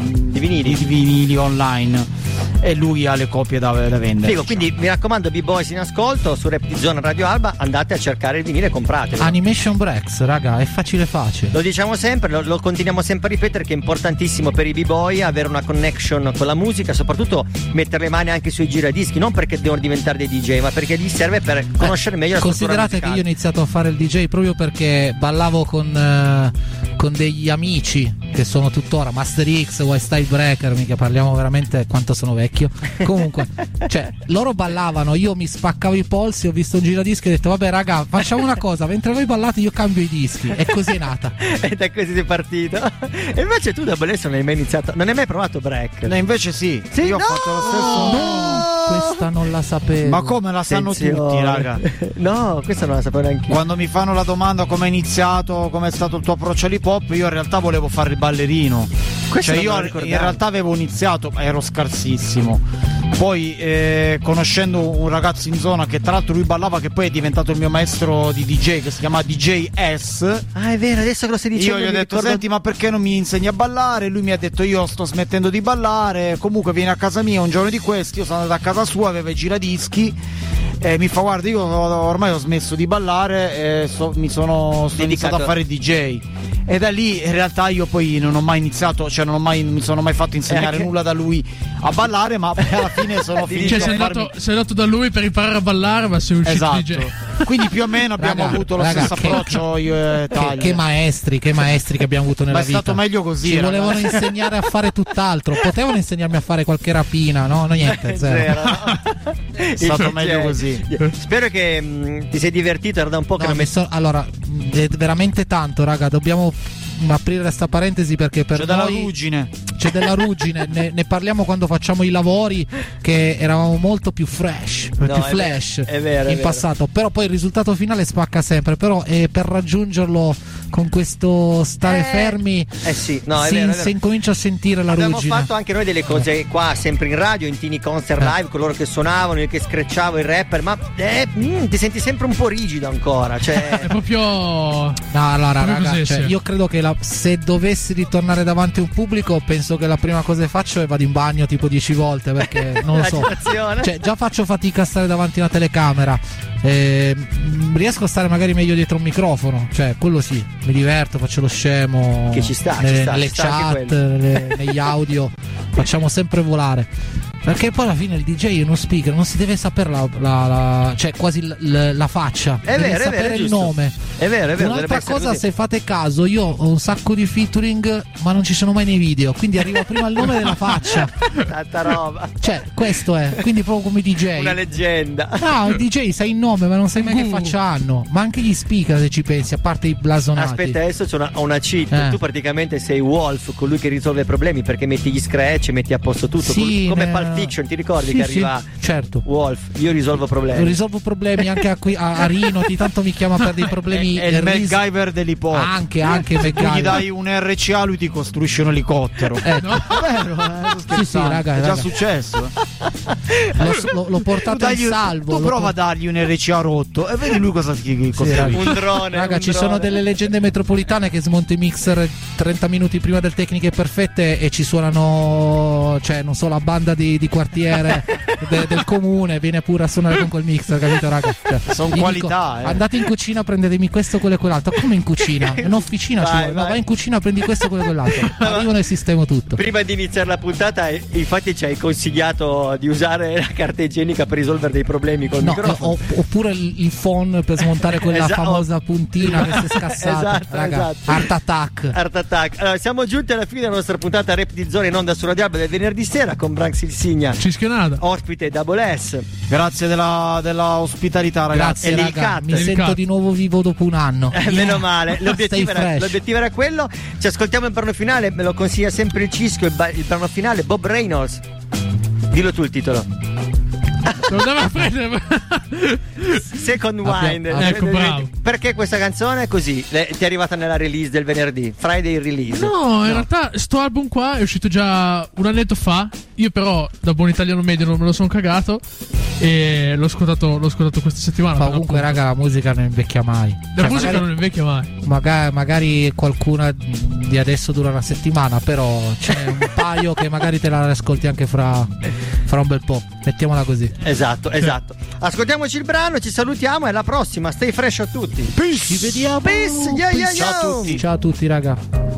Speaker 14: vinili online e lui ha le copie da vendere.
Speaker 5: Figo, quindi mi raccomando, B-Boys in ascolto su Rap Zone Radio Alba, andate a cercare il vinile e compratelo.
Speaker 9: Animation Breaks, raga, è facile.
Speaker 5: Lo diciamo sempre, lo continuiamo sempre a ripetere che è importantissimo per i B-Boy avere una connection con la musica, soprattutto mettere le mani anche sui giradischi, non perché devono diventare dei DJ, ma perché gli serve per conoscere meglio la struttura musicale.
Speaker 9: Considerate che io ho iniziato a fare il DJ proprio perché ballavo con degli amici che sono tuttora Master X, White Style Breaker, mica parliamo veramente quanto sono vecchio. Comunque, cioè, loro ballavano, io mi spaccavo i polsi, ho visto un giradischi e ho detto vabbè raga, facciamo una cosa, mentre voi ballate io cambio i dischi, e così è nata.
Speaker 5: E da così sei partito. E invece tu da Bolesso non hai mai iniziato, non hai mai provato break?
Speaker 14: No, invece sì, io ho fatto lo stesso.
Speaker 9: No, questa non la sapevo.
Speaker 14: Ma come la sanno tutti, raga?
Speaker 5: No, questa non la sapevo neanche io.
Speaker 14: Quando mi fanno la domanda come hai iniziato, come è stato il tuo approccio all'hip hop, io in realtà volevo fare il ballerino. Cioè io in realtà avevo iniziato, ero scarsissimo. Poi conoscendo un ragazzo in zona che tra l'altro lui ballava, che poi è diventato il mio maestro di DJ, che si chiama DJ S.
Speaker 5: Ah, è vero, adesso che lo stai dicendo.
Speaker 14: Io gli ho detto senti, ma perché non mi insegni a ballare? Lui mi ha detto io sto smettendo di ballare, comunque vieni a casa mia un giorno di questi. Io sono andato a casa sua, aveva i giradischi e mi fa guarda, io ormai ho smesso di ballare e mi sono iniziato a fare il DJ. E da lì in realtà io poi non ho mai iniziato, cioè non mi sono mai fatto insegnare nulla da lui a ballare, ma alla fine sono finito.
Speaker 10: Sei andato da lui per imparare a ballare, ma sei uscito DJ.
Speaker 14: Quindi più o meno abbiamo avuto lo stesso approccio io e Talia.
Speaker 9: Che maestri che abbiamo avuto nella vita.
Speaker 14: Ma è stato meglio così.
Speaker 9: Ci volevano insegnare a fare tutt'altro. Potevano insegnarmi a fare qualche rapina, no? No, niente, zero.
Speaker 14: È stato meglio così.
Speaker 5: Spero che ti sei divertito, era da un po' che non mi
Speaker 9: allora, veramente tanto, raga, dobbiamo aprire questa parentesi perché per noi c'è della ruggine. Ne parliamo quando facciamo i lavori, che eravamo molto più fresh, più flash
Speaker 5: è vero,
Speaker 9: in passato, però poi il risultato finale spacca sempre. Però per raggiungerlo con questo stare fermi.
Speaker 5: Sì, no, è vero.
Speaker 9: Si incomincia a sentire la ruggine.
Speaker 5: Abbiamo fatto anche noi delle cose qua, sempre in radio, in Tini Concert Live, coloro che suonavano, io che screcciavo il rapper, ma ti senti sempre un po' rigido ancora, cioè
Speaker 10: è proprio.
Speaker 9: No, allora,
Speaker 10: proprio
Speaker 9: raga,
Speaker 10: così,
Speaker 9: cioè, io credo che se dovessi ritornare davanti a un pubblico, penso che la prima cosa che faccio è vado in bagno tipo 10 volte, perché non lo so. Cioè, già faccio fatica a stare davanti a una telecamera. Riesco a stare magari meglio dietro un microfono, cioè quello sì, mi diverto, faccio lo scemo.
Speaker 5: Che ci sta,
Speaker 9: nelle
Speaker 5: ci sta
Speaker 9: chat, negli audio, facciamo sempre volare. Perché poi alla fine il DJ è uno speaker, non si deve sapere cioè quasi la faccia, deve sapere il nome.
Speaker 5: È vero.
Speaker 9: Un'altra cosa, se fate caso, io ho un sacco di featuring, ma non ci sono mai nei video, quindi arriva prima il nome della faccia.
Speaker 5: Tanta roba.
Speaker 9: Cioè, questo è, quindi proprio come DJ.
Speaker 5: Una leggenda.
Speaker 9: No, il DJ sai il nome, ma non sai mai che faccia hanno. Ma anche gli speaker, se ci pensi, a parte i blasonati.
Speaker 5: Aspetta, adesso c'è una cheat. Tu praticamente sei Wolf, colui che risolve problemi, perché metti gli scratch, metti a posto tutto.
Speaker 9: Sì,
Speaker 5: come Pulp Fiction, ti ricordi che arriva
Speaker 9: certo.
Speaker 5: Wolf, io risolvo problemi.
Speaker 9: Risolvo problemi anche a Rino, tanto mi chiama per dei problemi.
Speaker 14: È il MacGyver dell'ipotesi.
Speaker 9: Anche MacGyver.
Speaker 14: Tu gli dai un RCA, lui ti costruisce un elicottero.
Speaker 9: No? Vero, sì, raga,
Speaker 14: è già successo.
Speaker 9: L'ho portato in salvo.
Speaker 14: Tu prova a dargli un RCA rotto e vedi lui cosa
Speaker 9: costruisce.
Speaker 5: Un drone.
Speaker 9: Raga, ci sono delle leggende metropolitane che smonto i mixer 30 minuti prima del Tecniche Perfette e ci suonano, cioè non so, la banda di quartiere del comune viene pure a suonare con quel mixer, capito, raga? Cioè,
Speaker 14: sono qualità.
Speaker 9: Andate in cucina, prendetemi questo, quello e quell'altro. Come in cucina? In officina ci vuole. No, vai in cucina, prendi questo, quello e quell'altro. Arrivo nel sistema tutto.
Speaker 5: Prima di iniziare la puntata, infatti, ci hai consigliato di usare la carta igienica per risolvere dei problemi col microfono.
Speaker 9: Oppure il phone per smontare quella famosa puntina che si è scassata.
Speaker 5: Esatto.
Speaker 9: Art Attack.
Speaker 5: Allora, siamo giunti alla fine della nostra puntata Rap di Zona in onda su Radio Alba del venerdì sera con Branks il Signa,
Speaker 10: Cischionata,
Speaker 5: ospite Double S.
Speaker 14: Grazie della ospitalità, ragazzi.
Speaker 9: Grazie, raga. Mi sento di nuovo vivo dopo un anno.
Speaker 5: Meno male. L'obiettivo era quello. Ci ascoltiamo il brano finale, me lo consiglia sempre il Cischio, il brano finale, Bob Reynolds. Dillo tu il titolo.
Speaker 10: Non deve prendere.
Speaker 5: Second Wind.
Speaker 10: Ecco, bravo.
Speaker 5: Perché questa canzone è così? Ti è arrivata nella release del venerdì, Friday release?
Speaker 10: No, in realtà sto album qua è uscito già un annetto fa. Io però da buon italiano medio non me lo sono cagato e l'ho ascoltato questa settimana.
Speaker 9: Ma comunque raga, la musica non invecchia mai.
Speaker 10: La musica non invecchia mai.
Speaker 9: Magari qualcuna di adesso dura una settimana, però c'è un paio che magari te la ascolti anche fra un bel po'. Mettiamola così.
Speaker 5: Esatto. Ascoltiamoci il brano, ci salutiamo e alla prossima. Stay fresh a tutti.
Speaker 14: Peace.
Speaker 9: Ci vediamo.
Speaker 5: Peace.
Speaker 14: Ciao a tutti.
Speaker 9: Ciao a tutti, raga.